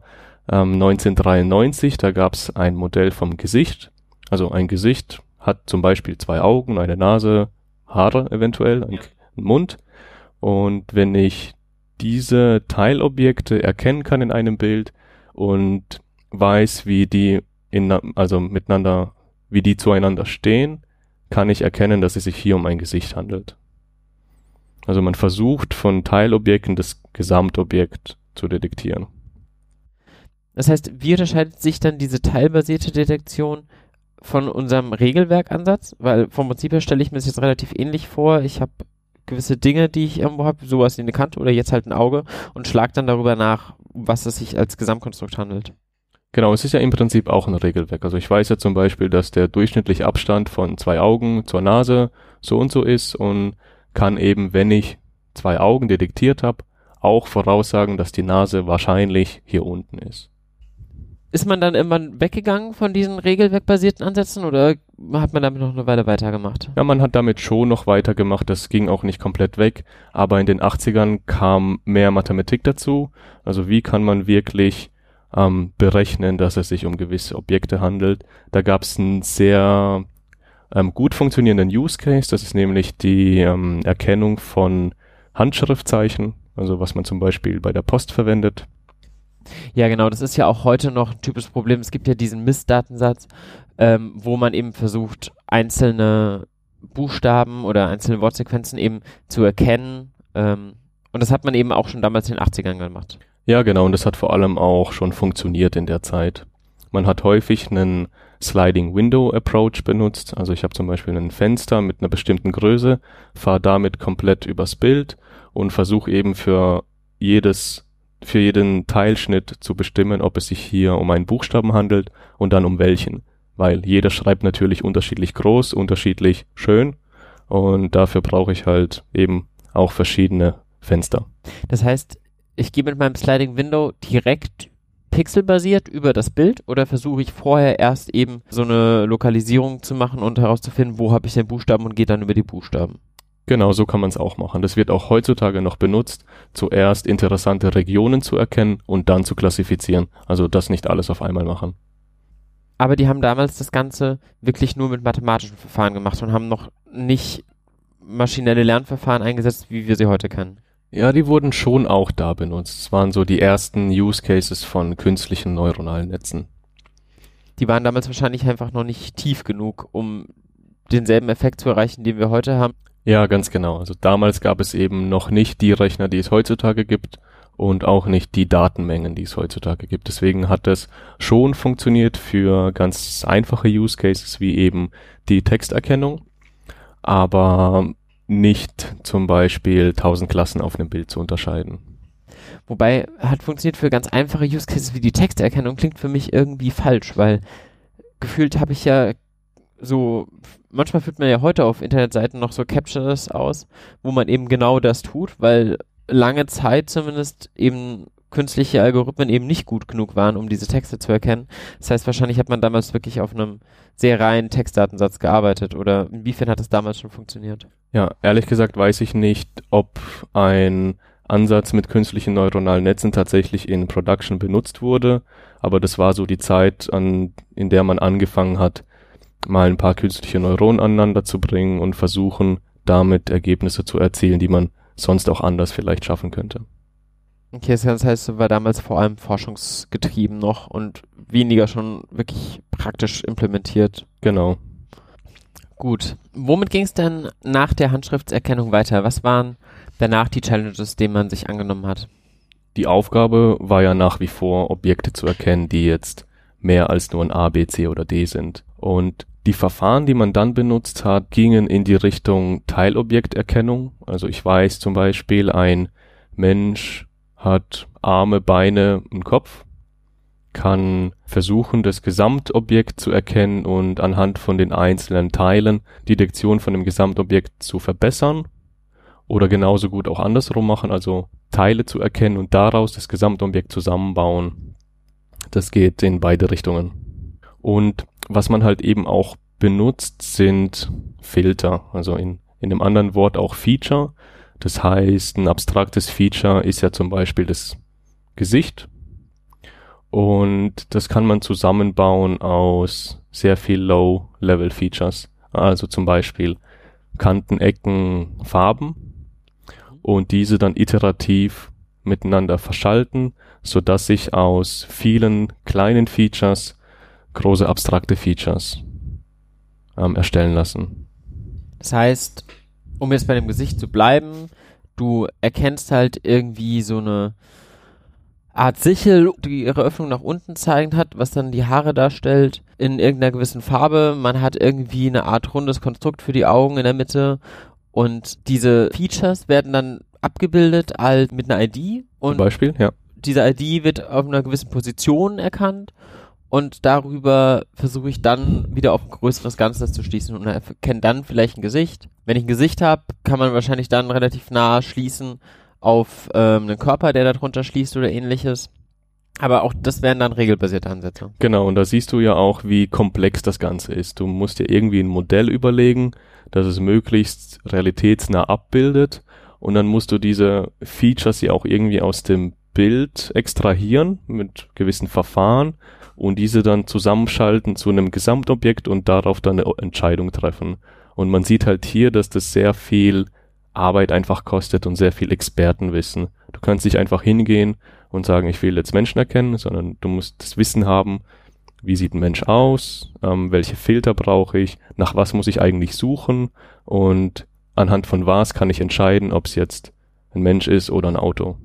1993, da gab es ein Modell vom Gesicht. Also ein Gesicht hat zum Beispiel 2 Augen, eine Nase, Haare eventuell, einen Mund. Und wenn ich diese Teilobjekte erkennen kann in einem Bild und weiß, wie die miteinander, wie die zueinander stehen, kann ich erkennen, dass es sich hier um ein Gesicht handelt. Also man versucht von Teilobjekten das Gesamtobjekt zu detektieren. Das heißt, wie unterscheidet sich dann diese teilbasierte Detektion von unserem Regelwerkansatz? Weil vom Prinzip her stelle ich mir das jetzt relativ ähnlich vor. Ich habe gewisse Dinge, die ich irgendwo habe, sowas wie eine Kante oder jetzt halt ein Auge und schlage dann darüber nach, was es sich als Gesamtkonstrukt handelt. Genau, es ist ja im Prinzip auch ein Regelwerk. Also ich weiß ja zum Beispiel, dass der durchschnittliche Abstand von 2 Augen zur Nase so und so ist und kann eben, wenn ich 2 Augen detektiert habe, auch voraussagen, dass die Nase wahrscheinlich hier unten ist. Ist man dann irgendwann weggegangen von diesen regelwerkbasierten Ansätzen oder hat man damit noch eine Weile weitergemacht? Ja, man hat damit schon noch weitergemacht, das ging auch nicht komplett weg, aber in den 80ern kam mehr Mathematik dazu. Also wie kann man wirklich berechnen, dass es sich um gewisse Objekte handelt. Da gab es einen sehr gut funktionierenden Use Case, das ist nämlich die Erkennung von Handschriftzeichen, also was man zum Beispiel bei der Post verwendet. Ja, genau, das ist ja auch heute noch ein typisches Problem. Es gibt ja diesen Missdatensatz, wo man eben versucht, einzelne Buchstaben oder einzelne Wortsequenzen eben zu erkennen. Und das hat man eben auch schon damals in den 80ern gemacht. Ja, genau, und das hat vor allem auch schon funktioniert in der Zeit. Man hat häufig einen Sliding Window Approach benutzt. Also ich habe zum Beispiel ein Fenster mit einer bestimmten Größe, fahre damit komplett übers Bild und versuche eben für jeden Teilschnitt zu bestimmen, ob es sich hier um einen Buchstaben handelt und dann um welchen. Weil jeder schreibt natürlich unterschiedlich groß, unterschiedlich schön und dafür brauche ich halt eben auch verschiedene Fenster. Das heißt, ich gehe mit meinem Sliding Window direkt pixelbasiert über das Bild oder versuche ich vorher erst eben so eine Lokalisierung zu machen und herauszufinden, wo habe ich den Buchstaben und gehe dann über die Buchstaben? Genau, so kann man es auch machen. Das wird auch heutzutage noch benutzt, zuerst interessante Regionen zu erkennen und dann zu klassifizieren. Also das nicht alles auf einmal machen. Aber die haben damals das Ganze wirklich nur mit mathematischen Verfahren gemacht und haben noch nicht maschinelle Lernverfahren eingesetzt, wie wir sie heute kennen. Ja, die wurden schon auch da benutzt. Es waren so die ersten Use Cases von künstlichen neuronalen Netzen. Die waren damals wahrscheinlich einfach noch nicht tief genug, um denselben Effekt zu erreichen, den wir heute haben. Ja, ganz genau. Also damals gab es eben noch nicht die Rechner, die es heutzutage gibt und auch nicht die Datenmengen, die es heutzutage gibt. Deswegen hat es schon funktioniert für ganz einfache Use Cases wie eben die Texterkennung, aber nicht zum Beispiel 1000 Klassen auf einem Bild zu unterscheiden. Wobei, hat funktioniert für ganz einfache Use Cases wie die Texterkennung, klingt für mich irgendwie falsch, weil gefühlt habe ich ja so, manchmal führt man ja heute auf Internetseiten noch so Captures aus, wo man eben genau das tut, weil lange Zeit zumindest eben künstliche Algorithmen eben nicht gut genug waren, um diese Texte zu erkennen. Das heißt, wahrscheinlich hat man damals wirklich auf einem sehr reinen Textdatensatz gearbeitet oder inwiefern hat das damals schon funktioniert? Ja, ehrlich gesagt weiß ich nicht, ob ein Ansatz mit künstlichen neuronalen Netzen tatsächlich in Production benutzt wurde. Aber das war so die Zeit, in der man angefangen hat, mal ein paar künstliche Neuronen aneinander zu bringen und versuchen, damit Ergebnisse zu erzielen, die man sonst auch anders vielleicht schaffen könnte. Okay, das heißt, du war damals vor allem forschungsgetrieben noch und weniger schon wirklich praktisch implementiert. Genau. Gut. Womit ging es denn nach der Handschriftserkennung weiter? Was waren danach die Challenges, denen man sich angenommen hat? Die Aufgabe war ja nach wie vor, Objekte zu erkennen, die jetzt mehr als nur ein A, B, C oder D sind. Und die Verfahren, die man dann benutzt hat, gingen in die Richtung Teilobjekterkennung. Also ich weiß zum Beispiel, ein Mensch hat Arme, Beine, einen Kopf, kann versuchen, das Gesamtobjekt zu erkennen und anhand von den einzelnen Teilen die Detektion von dem Gesamtobjekt zu verbessern oder genauso gut auch andersrum machen, also Teile zu erkennen und daraus das Gesamtobjekt zusammenbauen. Das geht in beide Richtungen. Und was man halt eben auch benutzt, sind Filter, also in dem anderen Wort auch Feature. Das heißt, ein abstraktes Feature ist ja zum Beispiel das Gesicht. Und das kann man zusammenbauen aus sehr viel Low-Level-Features. Also zum Beispiel Kanten, Ecken, Farben. Und diese dann iterativ miteinander verschalten, sodass sich aus vielen kleinen Features große abstrakte Features erstellen lassen. Das heißt, um jetzt bei dem Gesicht zu bleiben, du erkennst halt irgendwie so eine Art Sichel, die ihre Öffnung nach unten zeigend hat, was dann die Haare darstellt, in irgendeiner gewissen Farbe. Man hat irgendwie eine Art rundes Konstrukt für die Augen in der Mitte und diese Features werden dann abgebildet halt mit einer ID und Zum Beispiel, ja. diese ID wird auf einer gewissen Position erkannt und darüber versuche ich dann wieder auf ein größeres Ganzes zu schließen und erkenne dann vielleicht ein Gesicht. Wenn ich ein Gesicht habe, kann man wahrscheinlich dann relativ nah schließen auf einen Körper, der darunter schließt oder ähnliches. Aber auch das wären dann regelbasierte Ansätze. Genau, und da siehst du ja auch, wie komplex das Ganze ist. Du musst dir irgendwie ein Modell überlegen, das es möglichst realitätsnah abbildet und dann musst du diese Features ja auch irgendwie aus dem Bild extrahieren mit gewissen Verfahren und diese dann zusammenschalten zu einem Gesamtobjekt und darauf dann eine Entscheidung treffen. Und man sieht halt hier, dass das sehr viel Arbeit einfach kostet und sehr viel Expertenwissen. Du kannst nicht einfach hingehen und sagen, ich will jetzt Menschen erkennen, sondern du musst das Wissen haben, wie sieht ein Mensch aus, welche Filter brauche ich, nach was muss ich eigentlich suchen und anhand von was kann ich entscheiden, ob es jetzt ein Mensch ist oder ein Auto.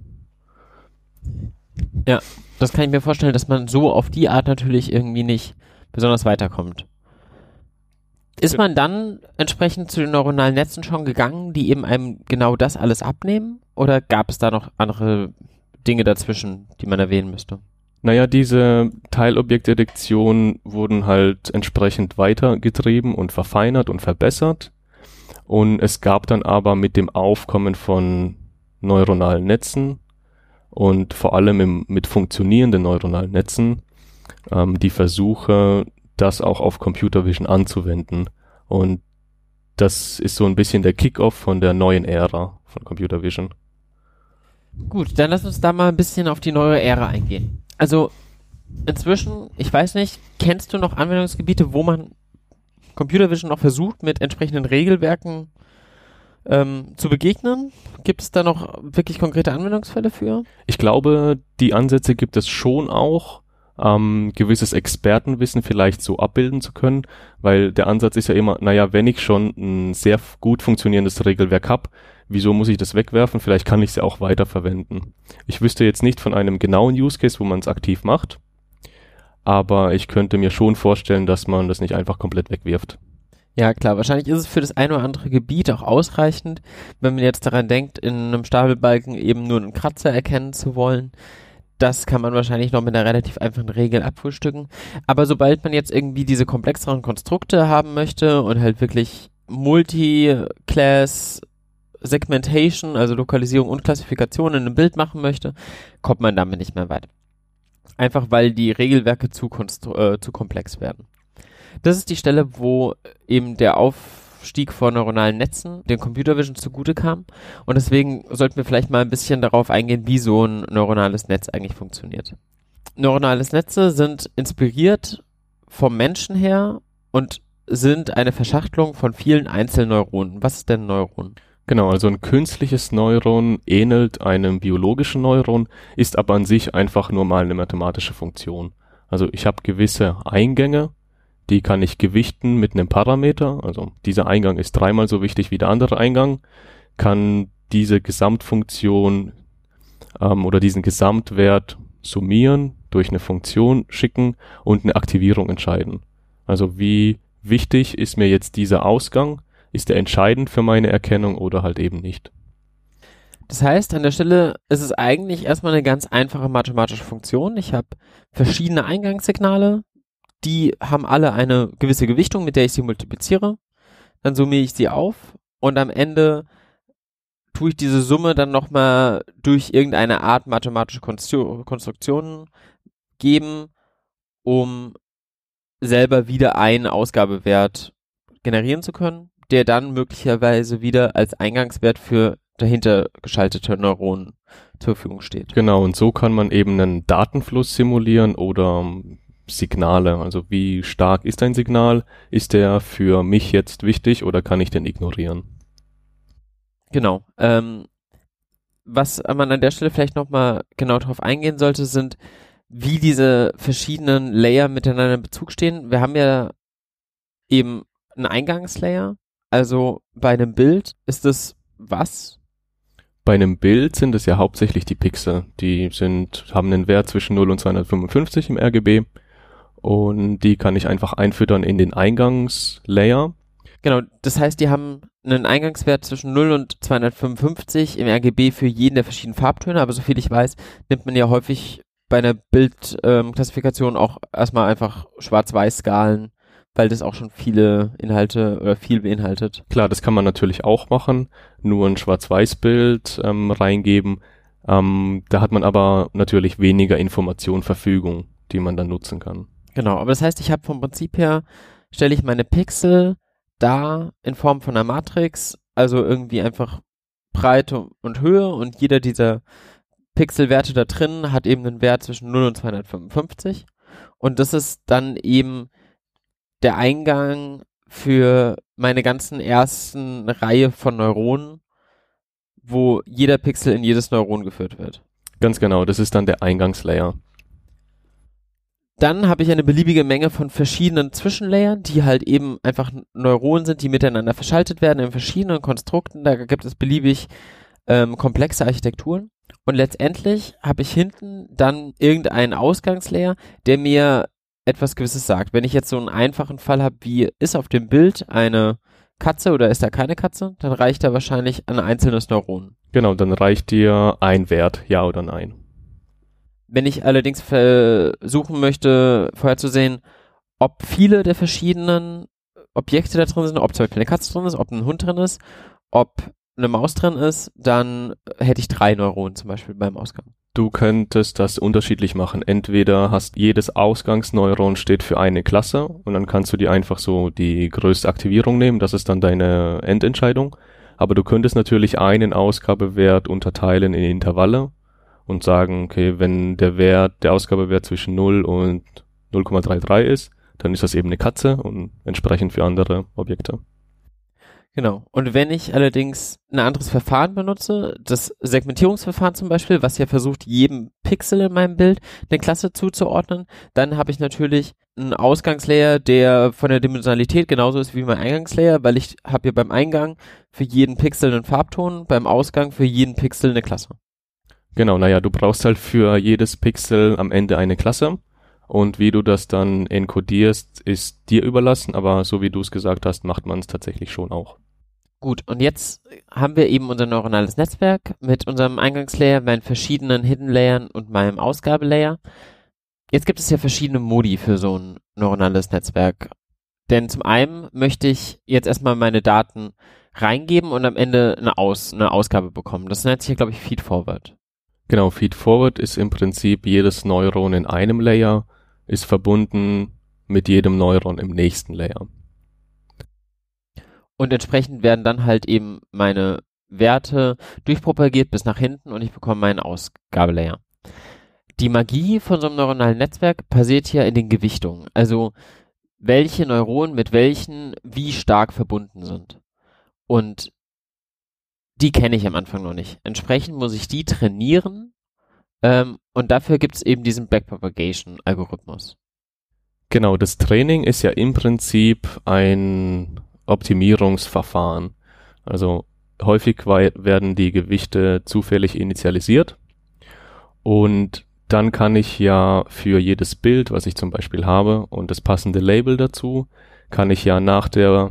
Ja, das kann ich mir vorstellen, dass man so auf die Art natürlich irgendwie nicht besonders weiterkommt. Ist man dann entsprechend zu den neuronalen Netzen schon gegangen, die eben einem genau das alles abnehmen? Oder gab es da noch andere Dinge dazwischen, die man erwähnen müsste? Naja, diese Teilobjektdetektionen wurden halt entsprechend weitergetrieben und verfeinert und verbessert. Und es gab dann aber mit dem Aufkommen von neuronalen Netzen und vor allem mit funktionierenden neuronalen Netzen die Versuche, das auch auf Computer Vision anzuwenden. Und das ist so ein bisschen der Kick-off von der neuen Ära von Computer Vision. Gut, dann lass uns da mal ein bisschen auf die neue Ära eingehen. Also inzwischen, ich weiß nicht, kennst du noch Anwendungsgebiete, wo man Computer Vision noch versucht, mit entsprechenden Regelwerken zu begegnen? Gibt es da noch wirklich konkrete Anwendungsfälle für? Ich glaube, die Ansätze gibt es schon auch, gewisses Expertenwissen vielleicht so abbilden zu können, weil der Ansatz ist ja immer, naja, wenn ich schon ein sehr gut funktionierendes Regelwerk habe, wieso muss ich das wegwerfen? Vielleicht kann ich es ja auch weiterverwenden. Ich wüsste jetzt nicht von einem genauen Use Case, wo man es aktiv macht, aber ich könnte mir schon vorstellen, dass man das nicht einfach komplett wegwirft. Ja, klar, wahrscheinlich ist es für das ein oder andere Gebiet auch ausreichend, wenn man jetzt daran denkt, in einem Stapelbalken eben nur einen Kratzer erkennen zu wollen. Das kann man wahrscheinlich noch mit einer relativ einfachen Regel abfrühstücken. Aber sobald man jetzt irgendwie diese komplexeren Konstrukte haben möchte und halt wirklich Multi-Class Segmentation, also Lokalisierung und Klassifikation in einem Bild machen möchte, kommt man damit nicht mehr weit. Einfach weil die Regelwerke zu komplex werden. Das ist die Stelle, wo eben der Aufstieg von neuronalen Netzen dem Computer Vision zugute kam. Und deswegen sollten wir vielleicht mal ein bisschen darauf eingehen, wie so ein neuronales Netz eigentlich funktioniert. Neuronales Netze sind inspiriert vom Menschen her und sind eine Verschachtelung von vielen Einzelneuronen. Was ist denn ein Neuron? Genau, also ein künstliches Neuron ähnelt einem biologischen Neuron, ist aber an sich einfach nur mal eine mathematische Funktion. Also ich habe gewisse Eingänge, die kann ich gewichten mit einem Parameter, also dieser Eingang ist 3-mal so wichtig wie der andere Eingang, kann diese Gesamtfunktion oder diesen Gesamtwert summieren, durch eine Funktion schicken und eine Aktivierung entscheiden. Also wie wichtig ist mir jetzt dieser Ausgang? Ist der entscheidend für meine Erkennung oder halt eben nicht? Das heißt, an der Stelle ist es eigentlich erstmal eine ganz einfache mathematische Funktion. Ich habe verschiedene Eingangssignale, die haben alle eine gewisse Gewichtung, mit der ich sie multipliziere. Dann summiere ich sie auf und am Ende tue ich diese Summe dann nochmal durch irgendeine Art mathematische Konstruktionen geben, um selber wieder einen Ausgabewert generieren zu können, der dann möglicherweise wieder als Eingangswert für dahinter geschaltete Neuronen zur Verfügung steht. Genau, und so kann man eben einen Datenfluss simulieren oder Signale. Also wie stark ist ein Signal? Ist der für mich jetzt wichtig oder kann ich den ignorieren? Genau. Was man an der Stelle vielleicht nochmal genau drauf eingehen sollte, sind, wie diese verschiedenen Layer miteinander in Bezug stehen. Wir haben ja eben einen Eingangslayer. Also bei einem Bild ist es was? Bei einem Bild sind es ja hauptsächlich die Pixel. Die haben einen Wert zwischen 0 und 255 im RGB und die kann ich einfach einfüttern in den Eingangslayer. Genau, das heißt, die haben einen Eingangswert zwischen 0 und 255 im RGB für jeden der verschiedenen Farbtöne, aber soviel ich weiß, nimmt man ja häufig bei einer Bildklassifikation auch erstmal einfach Schwarz-Weiß-Skalen, weil das auch schon viele Inhalte oder viel beinhaltet. Klar, das kann man natürlich auch machen, nur ein Schwarz-Weiß-Bild reingeben. Da hat man aber natürlich weniger Information Verfügung, die man dann nutzen kann. Genau, aber das heißt, ich habe vom Prinzip her, stelle ich meine Pixel da in Form von einer Matrix, also irgendwie einfach Breite und Höhe und jeder dieser Pixelwerte da drin hat eben einen Wert zwischen 0 und 255 und das ist dann eben der Eingang für meine ganzen ersten Reihe von Neuronen, wo jeder Pixel in jedes Neuron geführt wird. Ganz genau, das ist dann der Eingangslayer. Dann habe ich eine beliebige Menge von verschiedenen Zwischenlayern, die halt eben einfach Neuronen sind, die miteinander verschaltet werden in verschiedenen Konstrukten. Da gibt es beliebig komplexe Architekturen. Und letztendlich habe ich hinten dann irgendeinen Ausgangslayer, der mir etwas Gewisses sagt. Wenn ich jetzt so einen einfachen Fall habe, wie ist auf dem Bild eine Katze oder ist da keine Katze, dann reicht da wahrscheinlich ein einzelnes Neuron. Genau, dann reicht dir ein Wert, ja oder nein. Wenn ich allerdings versuchen möchte, vorherzusehen, ob viele der verschiedenen Objekte da drin sind, ob zum Beispiel eine Katze drin ist, ob ein Hund drin ist, ob eine Maus drin ist, dann hätte ich 3 Neuronen zum Beispiel beim Ausgang. Du könntest das unterschiedlich machen. Entweder hast jedes Ausgangsneuron steht für eine Klasse und dann kannst du dir einfach so die größte Aktivierung nehmen. Das ist dann deine Endentscheidung. Aber du könntest natürlich einen Ausgabewert unterteilen in Intervalle und sagen, okay, wenn der Ausgabewert zwischen 0 und 0,33 ist, dann ist das eben eine Katze und entsprechend für andere Objekte. Genau. Und wenn ich allerdings ein anderes Verfahren benutze, das Segmentierungsverfahren zum Beispiel, was ja versucht, jedem Pixel in meinem Bild eine Klasse zuzuordnen, dann habe ich natürlich einen Ausgangslayer, der von der Dimensionalität genauso ist wie mein Eingangslayer, weil ich habe hier beim Eingang für jeden Pixel einen Farbton, beim Ausgang für jeden Pixel eine Klasse. Genau, naja, du brauchst halt für jedes Pixel am Ende eine Klasse. Und wie du das dann enkodierst, ist dir überlassen, aber so wie du es gesagt hast, macht man es tatsächlich schon auch. Gut, und jetzt haben wir eben unser neuronales Netzwerk mit unserem Eingangslayer, meinen verschiedenen Hidden Layern und meinem Ausgabelayer. Jetzt gibt es ja verschiedene Modi für so ein neuronales Netzwerk. Denn zum einen möchte ich jetzt erstmal meine Daten reingeben und am Ende eine Ausgabe bekommen. Das nennt sich ja, glaube ich, Feedforward. Genau, Feedforward ist im Prinzip jedes Neuron in einem Layer, ist verbunden mit jedem Neuron im nächsten Layer. Und entsprechend werden dann halt eben meine Werte durchpropagiert bis nach hinten und ich bekomme meinen Ausgabelayer. Die Magie von so einem neuronalen Netzwerk basiert ja in den Gewichtungen. Also welche Neuronen mit welchen wie stark verbunden sind. Und die kenne ich am Anfang noch nicht. Entsprechend muss ich die trainieren und dafür gibt es eben diesen Backpropagation-Algorithmus. Genau, das Training ist ja im Prinzip ein Optimierungsverfahren. Also häufig werden die Gewichte zufällig initialisiert und dann kann ich ja für jedes Bild, was ich zum Beispiel habe und das passende Label dazu, kann ich ja nach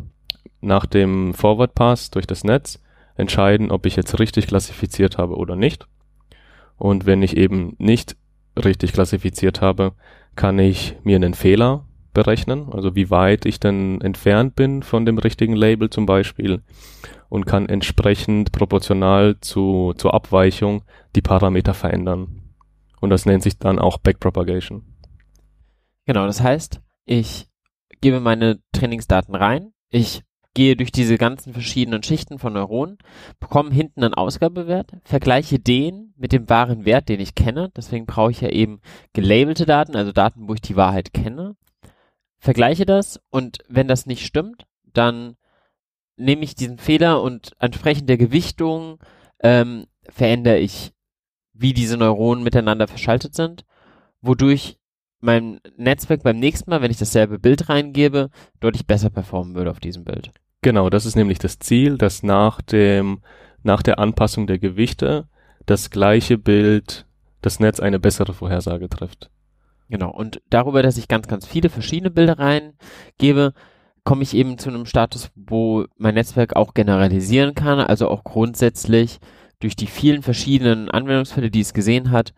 dem Forward Pass durch das Netz entscheiden, ob ich jetzt richtig klassifiziert habe oder nicht. Und wenn ich eben nicht richtig klassifiziert habe, kann ich mir einen Fehler berechnen, also wie weit ich denn entfernt bin von dem richtigen Label zum Beispiel und kann entsprechend proportional zur Abweichung die Parameter verändern. Und das nennt sich dann auch Backpropagation. Genau, das heißt, ich gebe meine Trainingsdaten rein, ich gehe durch diese ganzen verschiedenen Schichten von Neuronen, bekomme hinten einen Ausgabewert, vergleiche den mit dem wahren Wert, den ich kenne. Deswegen brauche ich ja eben gelabelte Daten, also Daten, wo ich die Wahrheit kenne. Vergleiche das und wenn das nicht stimmt, dann nehme ich diesen Fehler und entsprechend der Gewichtung verändere ich, wie diese Neuronen miteinander verschaltet sind, wodurch mein Netzwerk beim nächsten Mal, wenn ich dasselbe Bild reingebe, deutlich besser performen würde auf diesem Bild. Genau, das ist nämlich das Ziel, dass nach der Anpassung der Gewichte das gleiche Bild, das Netz eine bessere Vorhersage trifft. Genau, und darüber, dass ich ganz, ganz viele verschiedene Bilder reingebe, komme ich eben zu einem Status, wo mein Netzwerk auch generalisieren kann, also auch grundsätzlich durch die vielen verschiedenen Anwendungsfälle, die es gesehen hat,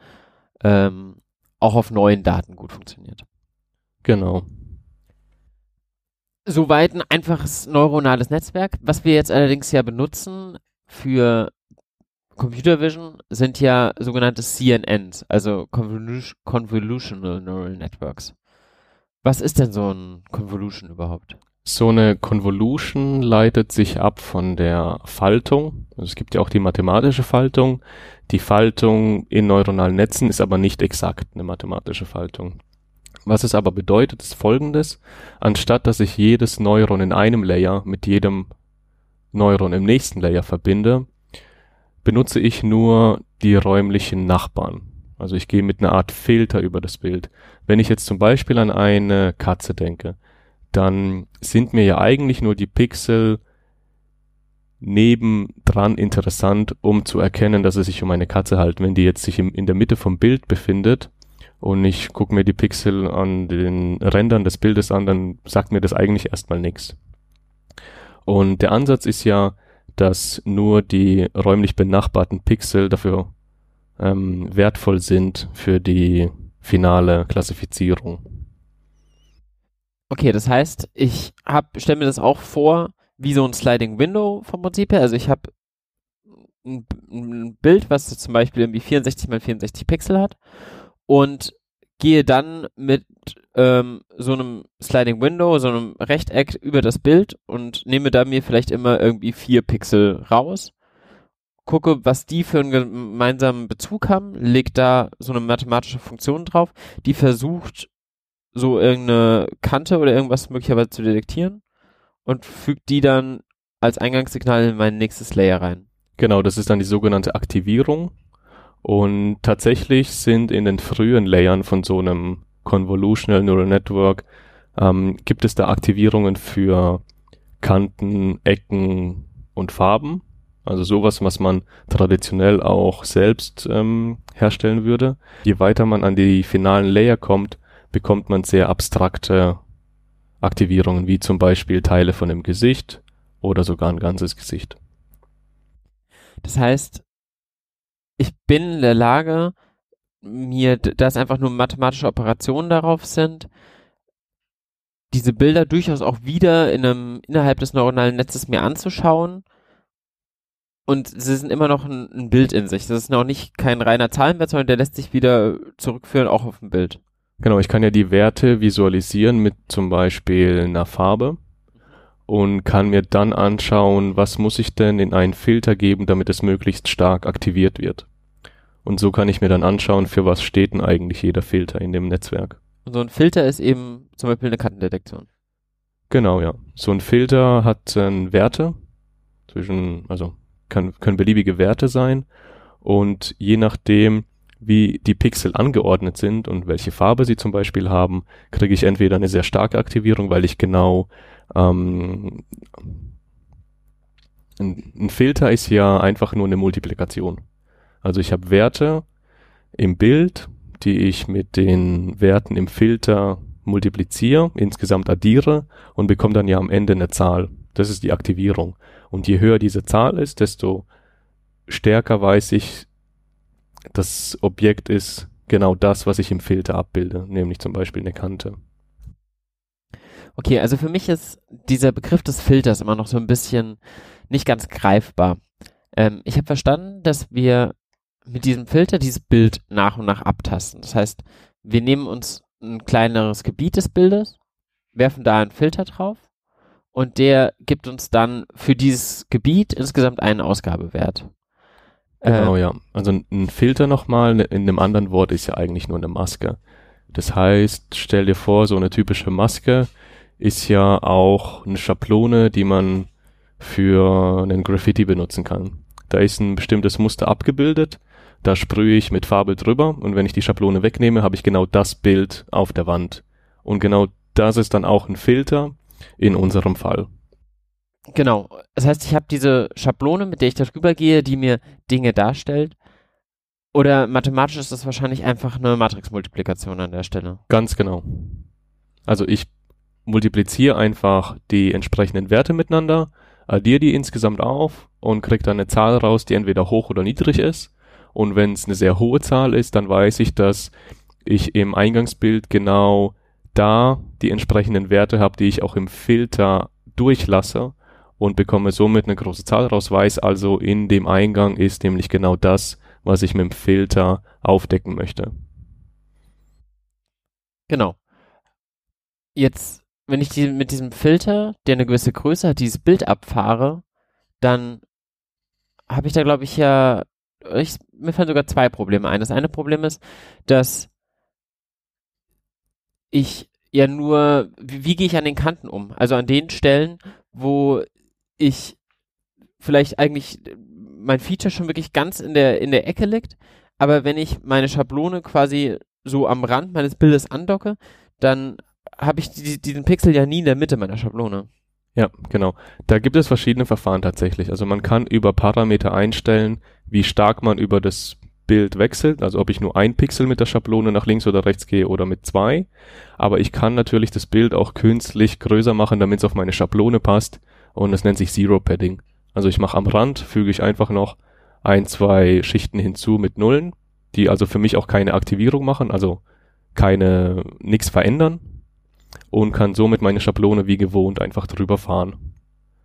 auch auf neuen Daten gut funktioniert. Genau. Soweit ein einfaches neuronales Netzwerk. Was wir jetzt allerdings ja benutzen für Computer Vision sind ja sogenannte CNNs, also Convolutional Neural Networks. Was ist denn so ein Convolution überhaupt? So eine Convolution leitet sich ab von der Faltung. Also es gibt ja auch die mathematische Faltung. Die Faltung in neuronalen Netzen ist aber nicht exakt eine mathematische Faltung. Was es aber bedeutet, ist Folgendes. Anstatt dass ich jedes Neuron in einem Layer mit jedem Neuron im nächsten Layer verbinde, benutze ich nur die räumlichen Nachbarn. Also ich gehe mit einer Art Filter über das Bild. Wenn ich jetzt zum Beispiel an eine Katze denke, dann sind mir ja eigentlich nur die Pixel nebendran interessant, um zu erkennen, dass es sich um eine Katze handelt. Wenn die jetzt sich in der Mitte vom Bild befindet und ich gucke mir die Pixel an den Rändern des Bildes an, dann sagt mir das eigentlich erstmal nichts. Und der Ansatz ist ja, dass nur die räumlich benachbarten Pixel dafür wertvoll sind für die finale Klassifizierung. Okay, das heißt, ich stelle mir das auch vor, wie so ein Sliding Window vom Prinzip her. Also ich habe ein Bild, was zum Beispiel irgendwie 64 mal 64 Pixel hat und gehe dann mit so einem Sliding Window, so einem Rechteck über das Bild und nehme da mir vielleicht immer irgendwie 4 Pixel raus, gucke, was die für einen gemeinsamen Bezug haben, leg da so eine mathematische Funktion drauf, die versucht, so irgendeine Kante oder irgendwas möglicherweise zu detektieren und fügt die dann als Eingangssignal in mein nächstes Layer rein. Genau, das ist dann die sogenannte Aktivierung. Und tatsächlich sind in den frühen Layern von so einem Convolutional Neural Network gibt es da Aktivierungen für Kanten, Ecken und Farben. Also sowas, was man traditionell auch selbst herstellen würde. Je weiter man an die finalen Layer kommt, bekommt man sehr abstrakte Aktivierungen, wie zum Beispiel Teile von dem Gesicht oder sogar ein ganzes Gesicht. Das heißt, ich bin in der Lage, dass einfach nur mathematische Operationen darauf sind, diese Bilder durchaus auch wieder innerhalb des neuronalen Netzes mir anzuschauen und sie sind immer noch ein Bild in sich. Das ist noch nicht kein reiner Zahlenwert, sondern der lässt sich wieder zurückführen, auch auf ein Bild. Genau, ich kann ja die Werte visualisieren mit zum Beispiel einer Farbe und kann mir dann anschauen, was muss ich denn in einen Filter geben, damit es möglichst stark aktiviert wird. Und so kann ich mir dann anschauen, für was steht denn eigentlich jeder Filter in dem Netzwerk. Und so ein Filter ist eben zum Beispiel eine Kantendetektion. Genau, ja. So ein Filter hat Werte also können beliebige Werte sein, und je nachdem, wie die Pixel angeordnet sind und welche Farbe sie zum Beispiel haben, kriege ich entweder eine sehr starke Aktivierung, weil ich genau ein Filter ist ja einfach nur eine Multiplikation. Also ich habe Werte im Bild, die ich mit den Werten im Filter multipliziere, insgesamt addiere und bekomme dann ja am Ende eine Zahl. Das ist die Aktivierung. Und je höher diese Zahl ist, desto stärker weiß ich, das Objekt ist genau das, was ich im Filter abbilde, nämlich zum Beispiel eine Kante. Okay, also für mich ist dieser Begriff des Filters immer noch so ein bisschen nicht ganz greifbar. Ich habe verstanden, dass wir mit diesem Filter dieses Bild nach und nach abtasten. Das heißt, wir nehmen uns ein kleineres Gebiet des Bildes, werfen da einen Filter drauf und der gibt uns dann für dieses Gebiet insgesamt einen Ausgabewert. Genau, ja. Also ein Filter nochmal, in einem anderen Wort, ist ja eigentlich nur eine Maske. Das heißt, stell dir vor, so eine typische Maske ist ja auch eine Schablone, die man für einen Graffiti benutzen kann. Da ist ein bestimmtes Muster abgebildet, da sprühe ich mit Farbe drüber und wenn ich die Schablone wegnehme, habe ich genau das Bild auf der Wand. Und genau das ist dann auch ein Filter in unserem Fall. Genau. Das heißt, ich habe diese Schablone, mit der ich darüber gehe, die mir Dinge darstellt. Oder mathematisch ist das wahrscheinlich einfach eine Matrixmultiplikation an der Stelle. Ganz genau. Also ich multipliziere einfach die entsprechenden Werte miteinander, addiere die insgesamt auf und kriege dann eine Zahl raus, die entweder hoch oder niedrig ist. Und wenn es eine sehr hohe Zahl ist, dann weiß ich, dass ich im Eingangsbild genau da die entsprechenden Werte habe, die ich auch im Filter durchlasse und bekomme somit eine große Zahl raus, weiß also, in dem Eingang ist nämlich genau das, was ich mit dem Filter aufdecken möchte. Genau. Jetzt, wenn ich mit diesem Filter, der eine gewisse Größe hat, dieses Bild abfahre, dann habe ich da, glaube ich, mir fallen sogar zwei Probleme ein. Das eine Problem ist, dass ich ja nur, wie gehe ich an den Kanten um? Also an den Stellen, wo ich vielleicht eigentlich mein Feature schon wirklich ganz in der Ecke liegt, aber wenn ich meine Schablone quasi so am Rand meines Bildes andocke, dann habe ich diesen Pixel ja nie in der Mitte meiner Schablone. Ja, genau. Da gibt es verschiedene Verfahren tatsächlich. Also man kann über Parameter einstellen, wie stark man über das Bild wechselt, also ob ich nur ein Pixel mit der Schablone nach links oder rechts gehe oder mit zwei. Aber ich kann natürlich das Bild auch künstlich größer machen, damit es auf meine Schablone passt, und das nennt sich Zero Padding. Also ich mache am Rand, füge ich einfach noch 1, 2 Schichten hinzu mit Nullen, die also für mich auch keine Aktivierung machen, also nichts verändern, und kann somit meine Schablone wie gewohnt einfach drüber fahren.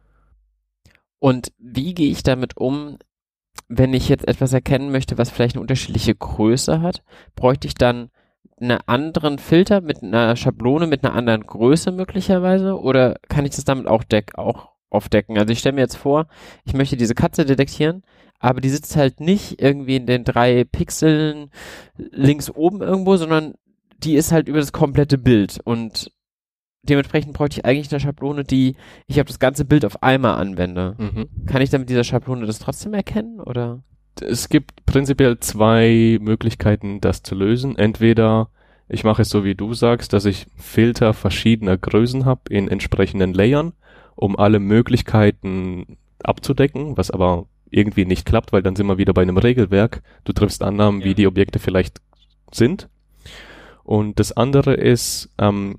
Und wie gehe ich damit um, wenn ich jetzt etwas erkennen möchte, was vielleicht eine unterschiedliche Größe hat? Bräuchte ich dann einen anderen Filter mit einer Schablone mit einer anderen Größe möglicherweise? Oder kann ich das damit auch aufdecken? Also ich stelle mir jetzt vor, ich möchte diese Katze detektieren, aber die sitzt halt nicht irgendwie in den 3 Pixeln links oben irgendwo, sondern die ist halt über das komplette Bild, und dementsprechend bräuchte ich eigentlich eine Schablone, die ich auf das ganze Bild auf einmal anwende. Kann ich dann mit dieser Schablone das trotzdem erkennen, oder? Es gibt prinzipiell 2 Möglichkeiten, das zu lösen. Entweder ich mache es so, wie du sagst, dass ich Filter verschiedener Größen habe in entsprechenden Layern, um alle Möglichkeiten abzudecken, was aber irgendwie nicht klappt, weil dann sind wir wieder bei einem Regelwerk. Du triffst Annahmen, wie die Objekte vielleicht sind. Und das andere ist,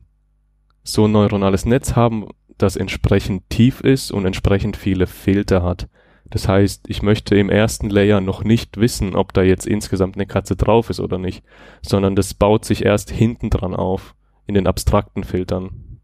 so ein neuronales Netz haben, das entsprechend tief ist und entsprechend viele Filter hat. Das heißt, ich möchte im ersten Layer noch nicht wissen, ob da jetzt insgesamt eine Katze drauf ist oder nicht, sondern das baut sich erst hinten dran auf, in den abstrakten Filtern.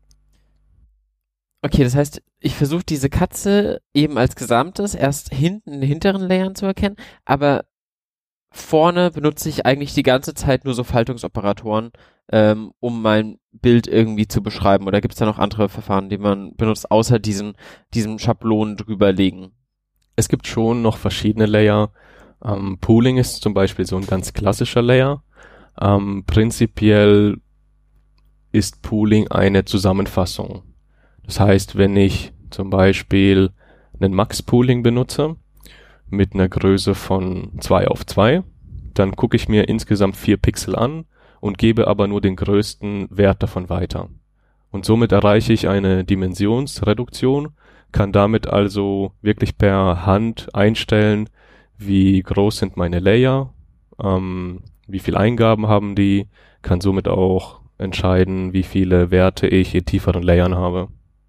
Okay, das heißt, ich versuche diese Katze eben als Gesamtes erst hinten in den hinteren Layern zu erkennen, aber vorne benutze ich eigentlich die ganze Zeit nur so Faltungsoperatoren, um mein Bild irgendwie zu beschreiben. Oder gibt es da noch andere Verfahren, die man benutzt, außer diesem Schablonen drüberlegen? Es gibt schon noch verschiedene Layer. Pooling ist zum Beispiel so ein ganz klassischer Layer. Prinzipiell ist Pooling eine Zusammenfassung. Das heißt, wenn ich zum Beispiel einen Max-Pooling benutze mit einer Größe von 2:2, dann gucke ich mir insgesamt 4 Pixel an und gebe aber nur den größten Wert davon weiter. Und somit erreiche ich eine Dimensionsreduktion, kann damit also wirklich per Hand einstellen, wie groß sind meine Layer, wie viel Eingaben haben die, kann somit auch entscheiden, wie viele Werte ich in tieferen Layern habe.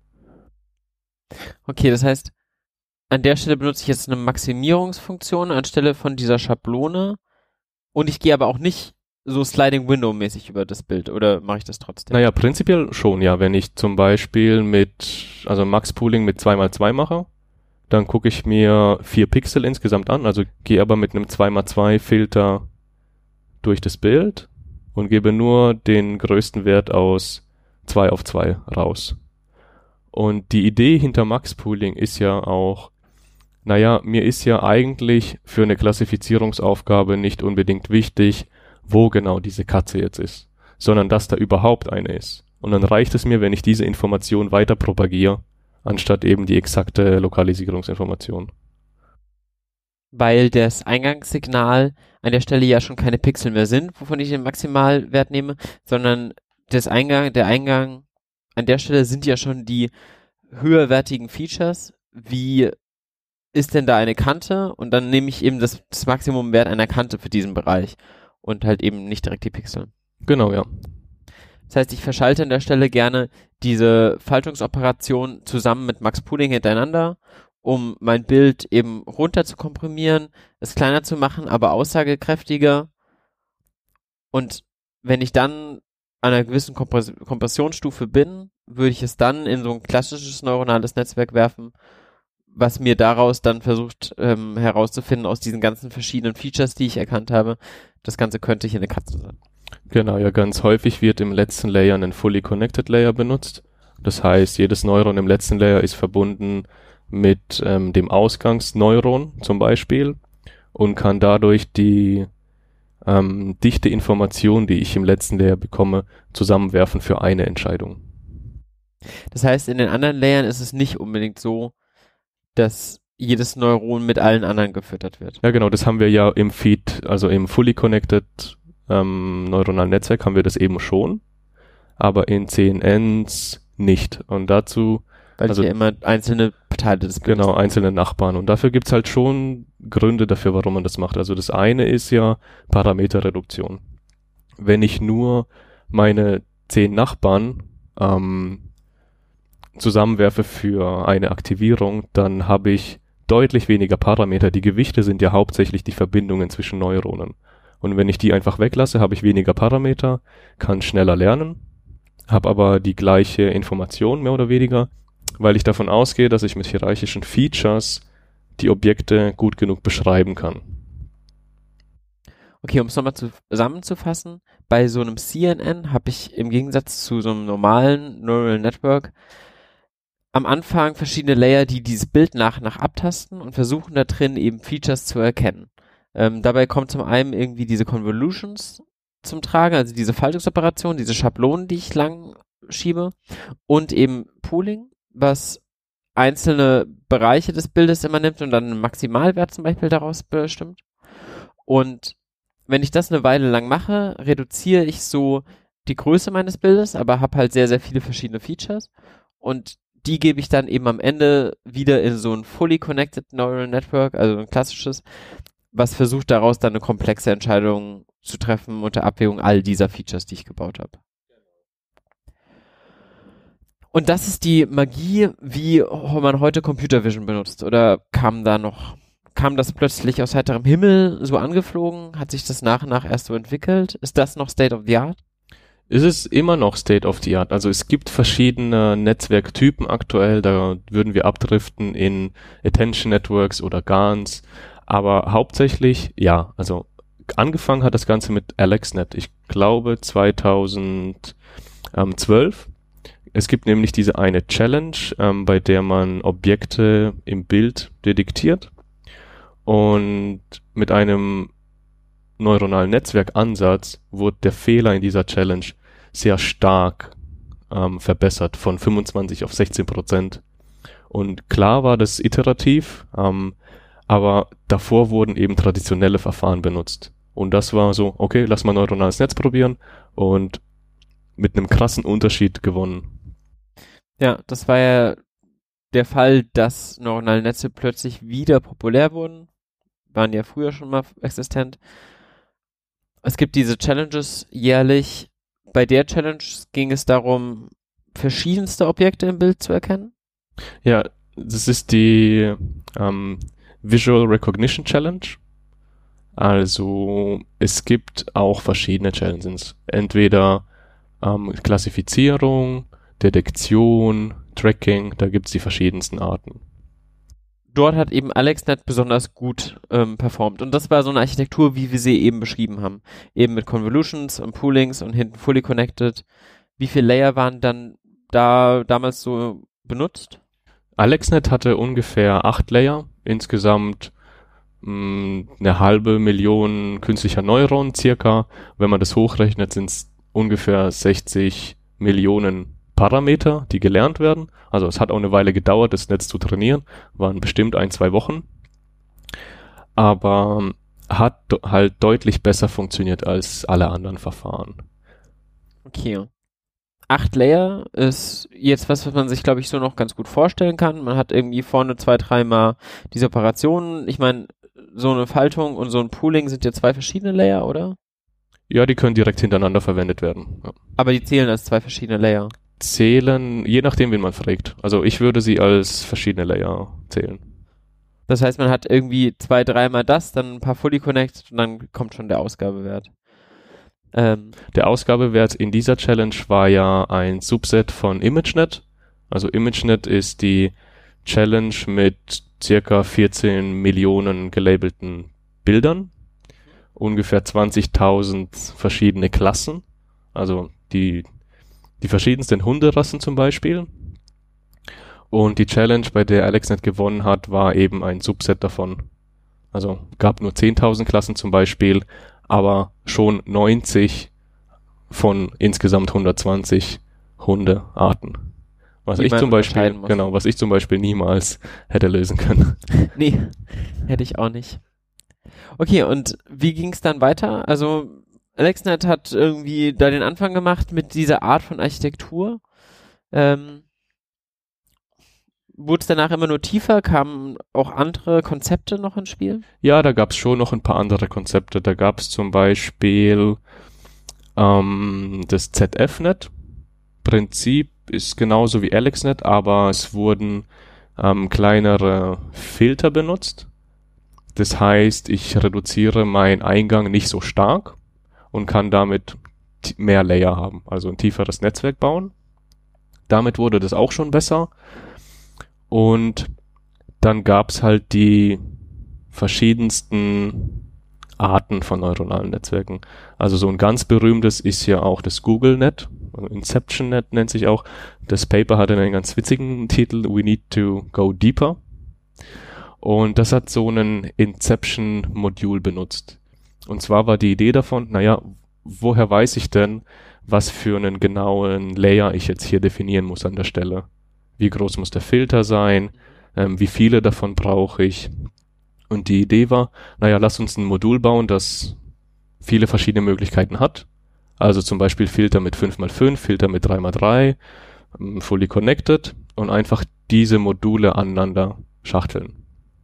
Okay, das heißt, an der Stelle benutze ich jetzt eine Maximierungsfunktion anstelle von dieser Schablone und ich gehe aber auch nicht so Sliding Window mäßig über das Bild, oder mache ich das trotzdem? Naja, prinzipiell schon, ja. Wenn ich zum Beispiel Max Pooling mit 2x2 mache, dann gucke ich mir 4 Pixel insgesamt an, also gehe aber mit einem 2x2 Filter durch das Bild und gebe nur den größten Wert aus 2:2 raus. Und die Idee hinter Max Pooling ist ja auch, naja, mir ist ja eigentlich für eine Klassifizierungsaufgabe nicht unbedingt wichtig, wo genau diese Katze jetzt ist, sondern dass da überhaupt eine ist. Und dann reicht es mir, wenn ich diese Information weiter propagiere, anstatt eben die exakte Lokalisierungsinformation. Weil das Eingangssignal an der Stelle ja schon keine Pixel mehr sind, wovon ich den Maximalwert nehme, sondern der Eingang an der Stelle sind ja schon die höherwertigen Features, wie ist denn da eine Kante? Und dann nehme ich eben das Maximumwert einer Kante für diesen Bereich und halt eben nicht direkt die Pixel. Genau, ja. Das heißt, ich verschalte an der Stelle gerne diese Faltungsoperation zusammen mit Max Pooling hintereinander, um mein Bild eben runter zu komprimieren, es kleiner zu machen, aber aussagekräftiger. Und wenn ich dann an einer gewissen Kompressionsstufe bin, würde ich es dann in so ein klassisches neuronales Netzwerk werfen, was mir daraus dann versucht herauszufinden aus diesen ganzen verschiedenen Features, die ich erkannt habe. Das Ganze könnte hier eine Katze sein. Genau, ja, ganz häufig wird im letzten Layer ein Fully Connected Layer benutzt. Das heißt, jedes Neuron im letzten Layer ist verbunden mit dem Ausgangsneuron zum Beispiel und kann dadurch die dichte Information, die ich im letzten Layer bekomme, zusammenwerfen für eine Entscheidung. Das heißt, in den anderen Layern ist es nicht unbedingt so, dass jedes Neuron mit allen anderen gefüttert wird. Ja, genau, das haben wir ja im Feed, also im Fully Connected neuronalen Netzwerk haben wir das eben schon, aber in CNNs nicht. Und dazu weil hier immer einzelne Teile des Bildes. Genau, einzelne Nachbarn. Und dafür gibt's halt schon Gründe dafür, warum man das macht. Also das eine ist ja Parameterreduktion. Wenn ich nur meine 10 Nachbarn zusammenwerfe für eine Aktivierung, dann habe ich deutlich weniger Parameter. Die Gewichte sind ja hauptsächlich die Verbindungen zwischen Neuronen. Und wenn ich die einfach weglasse, habe ich weniger Parameter, kann schneller lernen, habe aber die gleiche Information mehr oder weniger, weil ich davon ausgehe, dass ich mit hierarchischen Features die Objekte gut genug beschreiben kann. Okay, um es nochmal zusammenzufassen, bei so einem CNN habe ich im Gegensatz zu so einem normalen Neural Network am Anfang verschiedene Layer, die dieses Bild nach abtasten und versuchen da drin eben Features zu erkennen. Dabei kommt zum einen irgendwie diese Convolutions zum Tragen, also diese Faltungsoperation, diese Schablonen, die ich lang schiebe, und eben Pooling, was einzelne Bereiche des Bildes immer nimmt und dann einen Maximalwert zum Beispiel daraus bestimmt. Und wenn ich das eine Weile lang mache, reduziere ich so die Größe meines Bildes, aber habe halt sehr, sehr viele verschiedene Features und die gebe ich dann eben am Ende wieder in so ein Fully Connected Neural Network, also ein klassisches, was versucht daraus dann eine komplexe Entscheidung zu treffen unter Abwägung all dieser Features, die ich gebaut habe. Und das ist die Magie, wie man heute Computer Vision benutzt. Oder kam das plötzlich aus heiterem Himmel so angeflogen? Hat sich das nach und nach erst so entwickelt? Ist das noch State of the Art? Es ist immer noch State of the Art. Also es gibt verschiedene Netzwerktypen aktuell, da würden wir abdriften in Attention Networks oder GANs. Aber hauptsächlich, ja, also angefangen hat das Ganze mit AlexNet. Ich glaube 2012. Es gibt nämlich diese eine Challenge, bei der man Objekte im Bild detektiert und mit einem neuronalen Netzwerkansatz wurde der Fehler in dieser Challenge sehr stark verbessert, von 25 auf 16%. Und klar war das iterativ, aber davor wurden eben traditionelle Verfahren benutzt. Und das war so, okay, lass mal neuronales Netz probieren und mit einem krassen Unterschied gewonnen. Ja, das war ja der Fall, dass neuronale Netze plötzlich wieder populär wurden. Waren ja früher schon mal existent. Es gibt diese Challenges jährlich. Bei der Challenge ging es darum, verschiedenste Objekte im Bild zu erkennen. Ja, das ist die Visual Recognition Challenge. Also es gibt auch verschiedene Challenges. Entweder Klassifizierung, Detektion, Tracking, da gibt's die verschiedensten Arten. Dort hat eben AlexNet besonders gut performt. Und das war so eine Architektur, wie wir sie eben beschrieben haben. Eben mit Convolutions und Poolings und hinten fully connected. Wie viele Layer waren dann da damals so benutzt? AlexNet hatte ungefähr 8 Layer, insgesamt eine 500.000 künstlicher Neuronen circa. Wenn man das hochrechnet, sind es ungefähr 60 Millionen Parameter, die gelernt werden. Also es hat auch eine Weile gedauert, das Netz zu trainieren, waren bestimmt 1-2 Wochen. Aber hat halt deutlich besser funktioniert als alle anderen Verfahren. Okay. 8 Layer ist jetzt was man sich, glaube ich, so noch ganz gut vorstellen kann. Man hat irgendwie vorne 2-3 Mal diese Operationen. Ich meine, so eine Faltung und so ein Pooling sind ja 2 verschiedene Layer, oder? Ja, die können direkt hintereinander verwendet werden. Ja. Aber die zählen als 2 verschiedene Layer. Zählen, je nachdem, wen man fragt. Also ich würde sie als verschiedene Layer zählen. Das heißt, man hat irgendwie 2-3 Mal das, dann ein paar Fully Connected und dann kommt schon der Ausgabewert. Der Ausgabewert in dieser Challenge war ja ein Subset von ImageNet. Also ImageNet ist die Challenge mit circa 14 Millionen gelabelten Bildern, ungefähr 20.000 verschiedene Klassen, also die verschiedensten Hunderassen zum Beispiel. Und die Challenge, bei der AlexNet gewonnen hat, war eben ein Subset davon. Also gab nur 10.000 Klassen zum Beispiel, aber schon 90 von insgesamt 120 Hundearten. Was ich zum Beispiel niemals hätte lösen können. Nee, hätte ich auch nicht. Okay, und wie ging es dann weiter? Also AlexNet hat irgendwie da den Anfang gemacht mit dieser Art von Architektur. Wurde es danach immer nur tiefer? Kamen auch andere Konzepte noch ins Spiel? Ja, da gab es schon noch ein paar andere Konzepte. Da gab es zum Beispiel das ZFNet. Prinzip ist genauso wie AlexNet, aber es wurden kleinere Filter benutzt. Das heißt, ich reduziere meinen Eingang nicht so stark und kann damit mehr Layer haben, also ein tieferes Netzwerk bauen. Damit wurde das auch schon besser. Und dann gab's halt die verschiedensten Arten von neuronalen Netzwerken. Also so ein ganz berühmtes ist ja auch das GoogleNet, also InceptionNet nennt sich auch. Das Paper hatte einen ganz witzigen Titel, We Need to Go Deeper. Und das hat so einen Inception-Modul benutzt. Und zwar war die Idee davon, naja, woher weiß ich denn, was für einen genauen Layer ich jetzt hier definieren muss an der Stelle? Wie groß muss der Filter sein? Wie viele davon brauche ich? Und die Idee war, naja, lass uns ein Modul bauen, das viele verschiedene Möglichkeiten hat. Also zum Beispiel Filter mit 5x5, Filter mit 3x3, fully connected und einfach diese Module aneinander schachteln.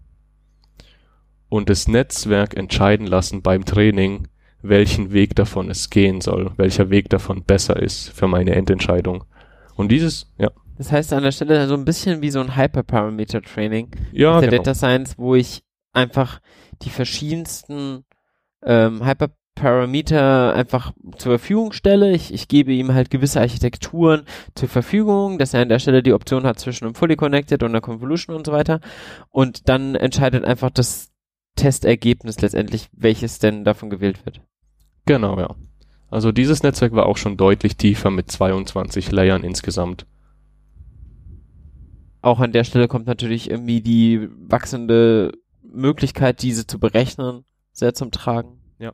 Und das Netzwerk entscheiden lassen beim Training, welchen Weg davon es gehen soll, welcher Weg davon besser ist für meine Endentscheidung. Und dieses, ja. Das heißt an der Stelle so ein bisschen wie so ein Hyperparameter-Training. Ja, der genau. Data Science, wo ich einfach die verschiedensten Hyperparameter einfach zur Verfügung stelle. Ich gebe ihm halt gewisse Architekturen zur Verfügung, dass er an der Stelle die Option hat zwischen einem Fully Connected und einer Convolution und so weiter. Und dann entscheidet einfach das Testergebnis letztendlich, welches denn davon gewählt wird. Genau, ja. Also dieses Netzwerk war auch schon deutlich tiefer mit 22 Layern insgesamt. Auch an der Stelle kommt natürlich irgendwie die wachsende Möglichkeit, diese zu berechnen, sehr zum Tragen. Ja.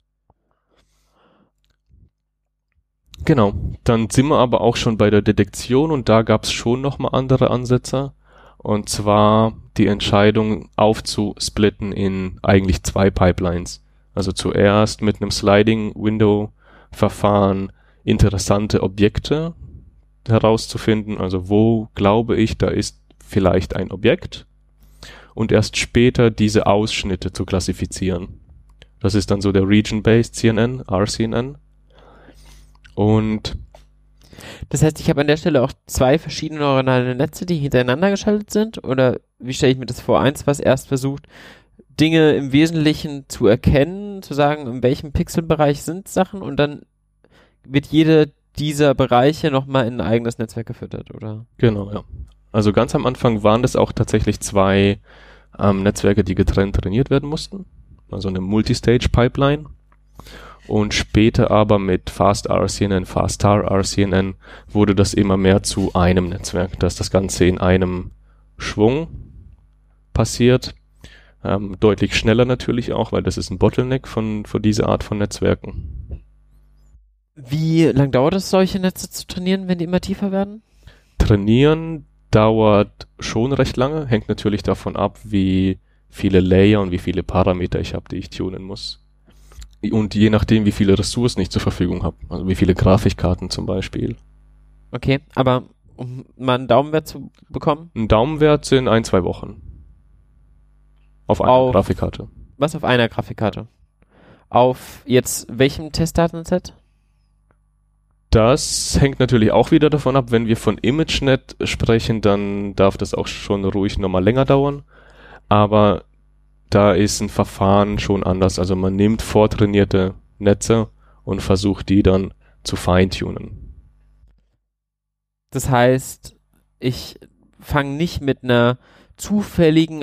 Genau. Dann sind wir aber auch schon bei der Detektion und da gab es schon nochmal andere Ansätze. Und zwar die Entscheidung aufzusplitten in eigentlich 2 Pipelines. Also zuerst mit einem Sliding-Window-Verfahren interessante Objekte herauszufinden. Also wo glaube ich, da ist vielleicht ein Objekt. Und erst später diese Ausschnitte zu klassifizieren. Das ist dann so der Region-Based CNN, RCNN. Und das heißt, ich habe an der Stelle auch 2 verschiedene neuronale Netze, die hintereinander geschaltet sind? Oder wie stelle ich mir das vor? Eins, was erst versucht, Dinge im Wesentlichen zu erkennen, zu sagen, in welchem Pixelbereich sind Sachen und dann wird jede dieser Bereiche nochmal in ein eigenes Netzwerk gefüttert, oder? genau, ja. Also ganz am Anfang waren das auch tatsächlich 2 Netzwerke, die getrennt trainiert werden mussten. Also eine Multistage-Pipeline. Und später aber mit FastRCNN, FastStar-RCNN wurde das immer mehr zu einem Netzwerk, dass das Ganze in einem Schwung passiert. Deutlich schneller natürlich auch, weil das ist ein Bottleneck von dieser Art von Netzwerken. Wie lang dauert es, solche Netze zu trainieren, wenn die immer tiefer werden? Trainieren dauert schon recht lange, hängt natürlich davon ab, wie viele Layer und wie viele Parameter ich habe, die ich tunen muss. Und je nachdem, wie viele Ressourcen ich zur Verfügung habe. Also wie viele Grafikkarten zum Beispiel. Okay, aber um mal einen Daumenwert zu bekommen? Ein Daumenwert sind 1-2 Wochen. Auf einer Grafikkarte. Was auf einer Grafikkarte? Auf jetzt welchem Testdatenset? Das hängt natürlich auch wieder davon ab. Wenn wir von ImageNet sprechen, dann darf das auch schon ruhig nochmal länger dauern. Aber da ist ein Verfahren schon anders. Also man nimmt vortrainierte Netze und versucht die dann zu feintunen. Das heißt, ich fange nicht mit einer zufälligen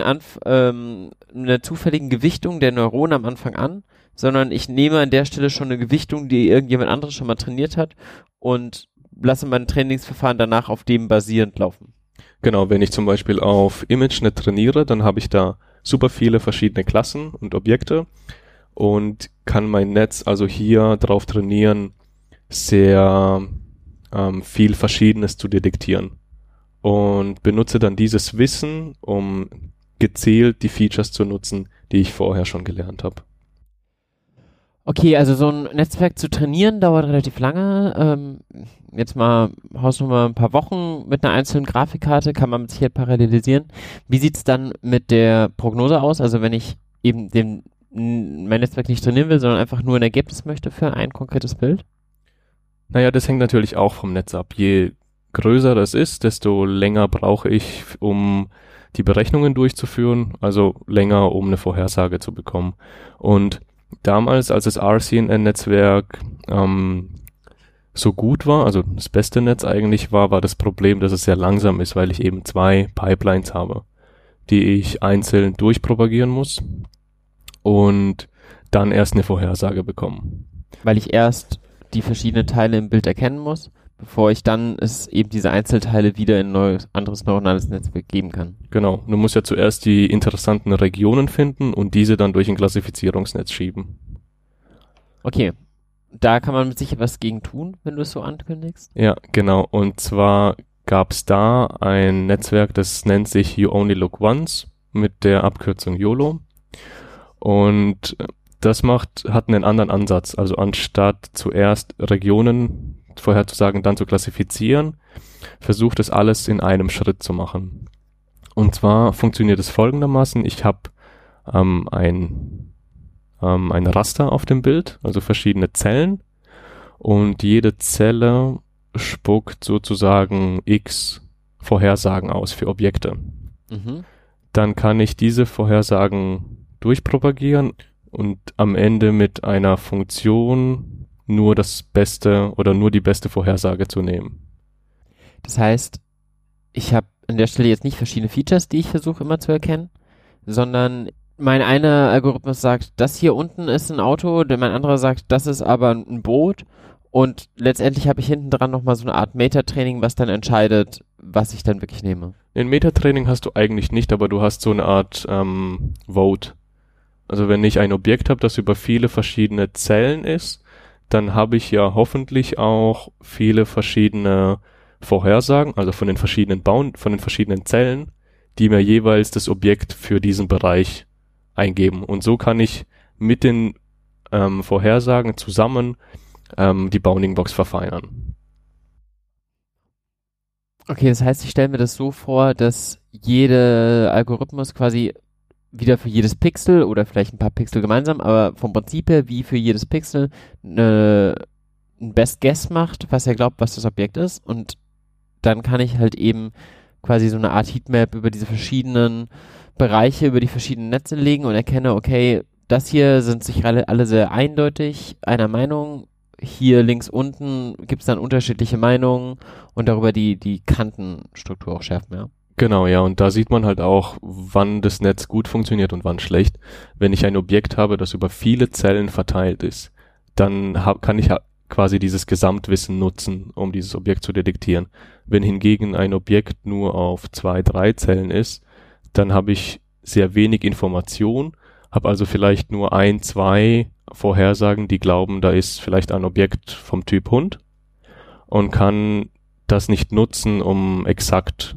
Gewichtung der Neuronen am Anfang an, sondern ich nehme an der Stelle schon eine Gewichtung, die irgendjemand anderes schon mal trainiert hat und lasse mein Trainingsverfahren danach auf dem basierend laufen. Genau, wenn ich zum Beispiel auf ImageNet trainiere, dann habe ich da super viele verschiedene Klassen und Objekte und kann mein Netz also hier drauf trainieren, sehr viel Verschiedenes zu detektieren und benutze dann dieses Wissen, um gezielt die Features zu nutzen, die ich vorher schon gelernt habe. Okay, also so ein Netzwerk zu trainieren dauert relativ lange. Jetzt mal Hausnummer ein paar Wochen mit einer einzelnen Grafikkarte, kann man mit Sicherheit parallelisieren. Wie sieht's dann mit der Prognose aus? Also wenn ich eben mein Netzwerk nicht trainieren will, sondern einfach nur ein Ergebnis möchte für ein konkretes Bild? Naja, das hängt natürlich auch vom Netz ab. Je größer das ist, desto länger brauche ich, um die Berechnungen durchzuführen, also länger, um eine Vorhersage zu bekommen. Und damals, als das RCNN-Netzwerk so gut war, also das beste Netz eigentlich war das Problem, dass es sehr langsam ist, weil ich eben 2 Pipelines habe, die ich einzeln durchpropagieren muss und dann erst eine Vorhersage bekomme. Weil ich erst die verschiedenen Teile im Bild erkennen muss, bevor ich dann eben diese Einzelteile wieder in ein anderes neuronales Netzwerk geben kann. Genau, du musst ja zuerst die interessanten Regionen finden und diese dann durch ein Klassifizierungsnetz schieben. Okay, da kann man mit Sicherheit was gegen tun, wenn du es so ankündigst. Ja, genau, und zwar gab es da ein Netzwerk, das nennt sich You Only Look Once mit der Abkürzung YOLO und das hat einen anderen Ansatz, also anstatt zuerst Regionen vorherzusagen, dann zu klassifizieren, versucht es alles in einem Schritt zu machen. Und zwar funktioniert es folgendermaßen, ich habe ein Raster auf dem Bild, also verschiedene Zellen und jede Zelle spuckt sozusagen x Vorhersagen aus für Objekte. Mhm. Dann kann ich diese Vorhersagen durchpropagieren und am Ende mit einer Funktion nur das Beste oder nur die beste Vorhersage zu nehmen. Das heißt, ich habe an der Stelle jetzt nicht verschiedene Features, die ich versuche immer zu erkennen, sondern mein einer Algorithmus sagt, das hier unten ist ein Auto, mein anderer sagt, das ist aber ein Boot und letztendlich habe ich hinten dran nochmal so eine Art Metatraining, was dann entscheidet, was ich dann wirklich nehme. In Metatraining hast du eigentlich nicht, aber du hast so eine Art Vote. Also wenn ich ein Objekt habe, das über viele verschiedene Zellen ist, dann habe ich ja hoffentlich auch viele verschiedene Vorhersagen, also von den verschiedenen Zellen, die mir jeweils das Objekt für diesen Bereich eingeben. Und so kann ich mit den Vorhersagen zusammen die Bounding-Box verfeinern. Okay, das heißt, ich stelle mir das so vor, dass jeder Algorithmus quasi wieder für jedes Pixel oder vielleicht ein paar Pixel gemeinsam, aber vom Prinzip her wie für jedes Pixel ein Best Guess macht, was er glaubt, was das Objekt ist, und dann kann ich halt eben quasi so eine Art Heatmap über diese verschiedenen Bereiche, über die verschiedenen Netze legen und erkenne, okay, das hier sind sich alle sehr eindeutig einer Meinung, hier links unten gibt es dann unterschiedliche Meinungen und darüber die Kantenstruktur auch schärfen, ja. Genau, ja, und da sieht man halt auch, wann das Netz gut funktioniert und wann schlecht. Wenn ich ein Objekt habe, das über viele Zellen verteilt ist, dann kann ich quasi dieses Gesamtwissen nutzen, um dieses Objekt zu detektieren. Wenn hingegen ein Objekt nur auf 2, 3 Zellen ist, dann habe ich sehr wenig Information, habe also vielleicht nur 1, 2 Vorhersagen, die glauben, da ist vielleicht ein Objekt vom Typ Hund und kann das nicht nutzen, um exakt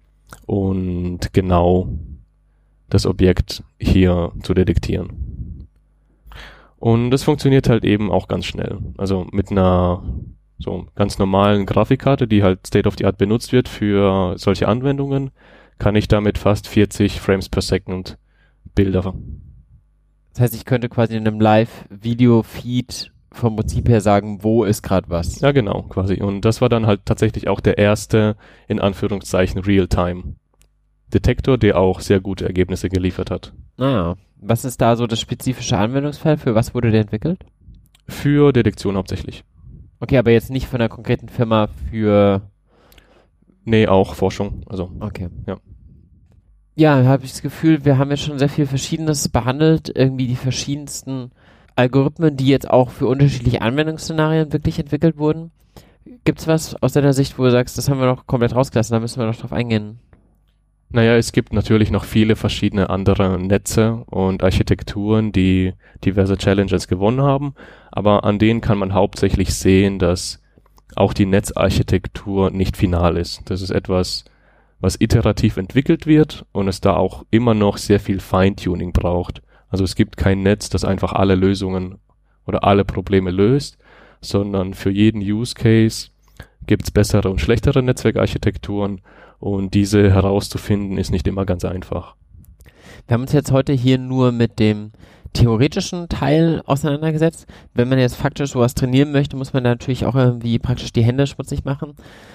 und genau das Objekt hier zu detektieren. Und das funktioniert halt eben auch ganz schnell. Also mit einer so ganz normalen Grafikkarte, die halt State of the Art benutzt wird für solche Anwendungen, kann ich damit fast 40 Frames per Second Bilder. Das heißt, ich könnte quasi in einem Live-Video-Feed vom Prinzip her sagen, wo ist gerade was. Ja, genau, quasi. Und das war dann halt tatsächlich auch der erste, in Anführungszeichen, Real-Time-Detektor, der auch sehr gute Ergebnisse geliefert hat. Naja, was ist da so das spezifische Anwendungsfall? Für was wurde der entwickelt? Für Detektion hauptsächlich. Okay, aber jetzt nicht von einer konkreten Firma für... Nee, auch Forschung, also. Okay. Ja. Ja, habe ich das Gefühl, wir haben jetzt schon sehr viel Verschiedenes behandelt, irgendwie die verschiedensten Algorithmen, die jetzt auch für unterschiedliche Anwendungsszenarien wirklich entwickelt wurden. Gibt's was aus deiner Sicht, wo du sagst, das haben wir noch komplett rausgelassen, da müssen wir noch drauf eingehen? Naja, es gibt natürlich noch viele verschiedene andere Netze und Architekturen, die diverse Challenges gewonnen haben, aber an denen kann man hauptsächlich sehen, dass auch die Netzarchitektur nicht final ist. Das ist etwas, was iterativ entwickelt wird und es da auch immer noch sehr viel Feintuning braucht. Also es gibt kein Netz, das einfach alle Lösungen oder alle Probleme löst, sondern für jeden Use Case gibt es bessere und schlechtere Netzwerkarchitekturen und diese herauszufinden ist nicht immer ganz einfach. Wir haben uns jetzt heute hier nur mit dem theoretischen Teil auseinandergesetzt. Wenn man jetzt faktisch sowas trainieren möchte, muss man da natürlich auch irgendwie praktisch die Hände schmutzig machen.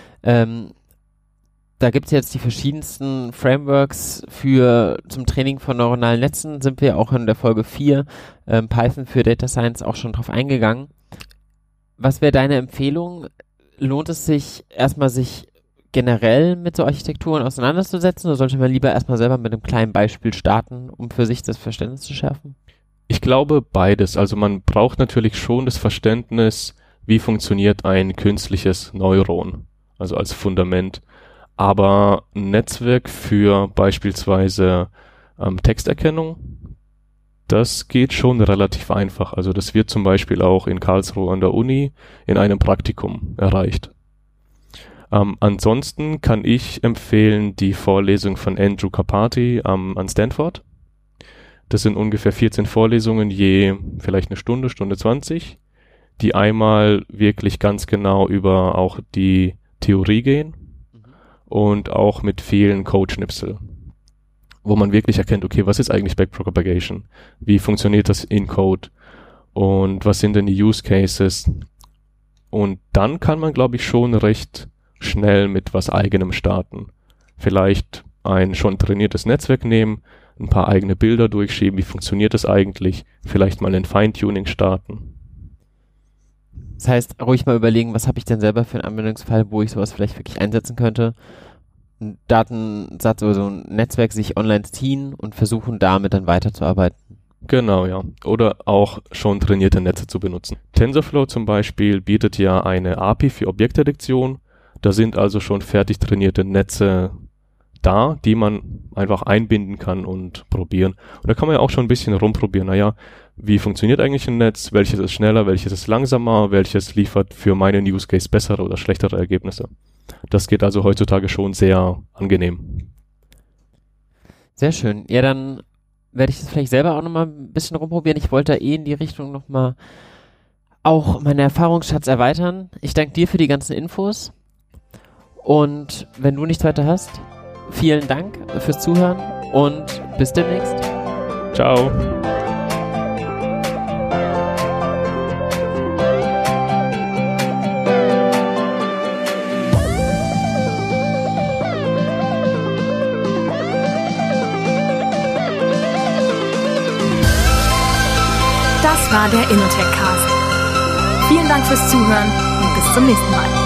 Da gibt es jetzt die verschiedensten Frameworks zum Training von neuronalen Netzen, sind wir auch in der Folge 4 Python für Data Science auch schon drauf eingegangen. Was wäre deine Empfehlung? Lohnt es sich erstmal sich generell mit so Architekturen auseinanderzusetzen oder sollte man lieber erstmal selber mit einem kleinen Beispiel starten, um für sich das Verständnis zu schärfen? Ich glaube beides. Also man braucht natürlich schon das Verständnis, wie funktioniert ein künstliches Neuron, also als Fundament. Aber ein Netzwerk für beispielsweise Texterkennung, das geht schon relativ einfach. Also das wird zum Beispiel auch in Karlsruhe an der Uni in einem Praktikum erreicht. Ansonsten kann ich empfehlen die Vorlesung von Andrew Karpathy an Stanford. Das sind ungefähr 14 Vorlesungen, je vielleicht eine Stunde, Stunde 20, die einmal wirklich ganz genau über auch die Theorie gehen und auch mit vielen Code-Schnipsel, wo man wirklich erkennt, okay, was ist eigentlich Backpropagation? Wie funktioniert das in Code? Und was sind denn die Use Cases? Und dann kann man, glaube ich, schon recht schnell mit was Eigenem starten. Vielleicht ein schon trainiertes Netzwerk nehmen, ein paar eigene Bilder durchschieben, wie funktioniert das eigentlich? Vielleicht mal ein Feintuning starten. Das heißt, ruhig mal überlegen, was habe ich denn selber für einen Anwendungsfall, wo ich sowas vielleicht wirklich einsetzen könnte einen Datensatz oder so ein Netzwerk sich online ziehen und versuchen damit dann weiterzuarbeiten. Genau, ja. Oder auch schon trainierte Netze zu benutzen. TensorFlow zum Beispiel bietet ja eine API für Objektdetektion. Da sind also schon fertig trainierte Netze da, die man einfach einbinden kann und probieren. Und da kann man ja auch schon ein bisschen rumprobieren. Naja, wie funktioniert eigentlich ein Netz? Welches ist schneller? Welches ist langsamer? Welches liefert für meinen Use Case bessere oder schlechtere Ergebnisse? Das geht also heutzutage schon sehr angenehm. Sehr schön. Ja, dann werde ich das vielleicht selber auch nochmal ein bisschen rumprobieren. Ich wollte da in die Richtung nochmal auch meinen Erfahrungsschatz erweitern. Ich danke dir für die ganzen Infos. Und wenn du nichts weiter hast, vielen Dank fürs Zuhören und bis demnächst. Ciao. Das war der InnoTech Cast. Vielen Dank fürs Zuhören und bis zum nächsten Mal.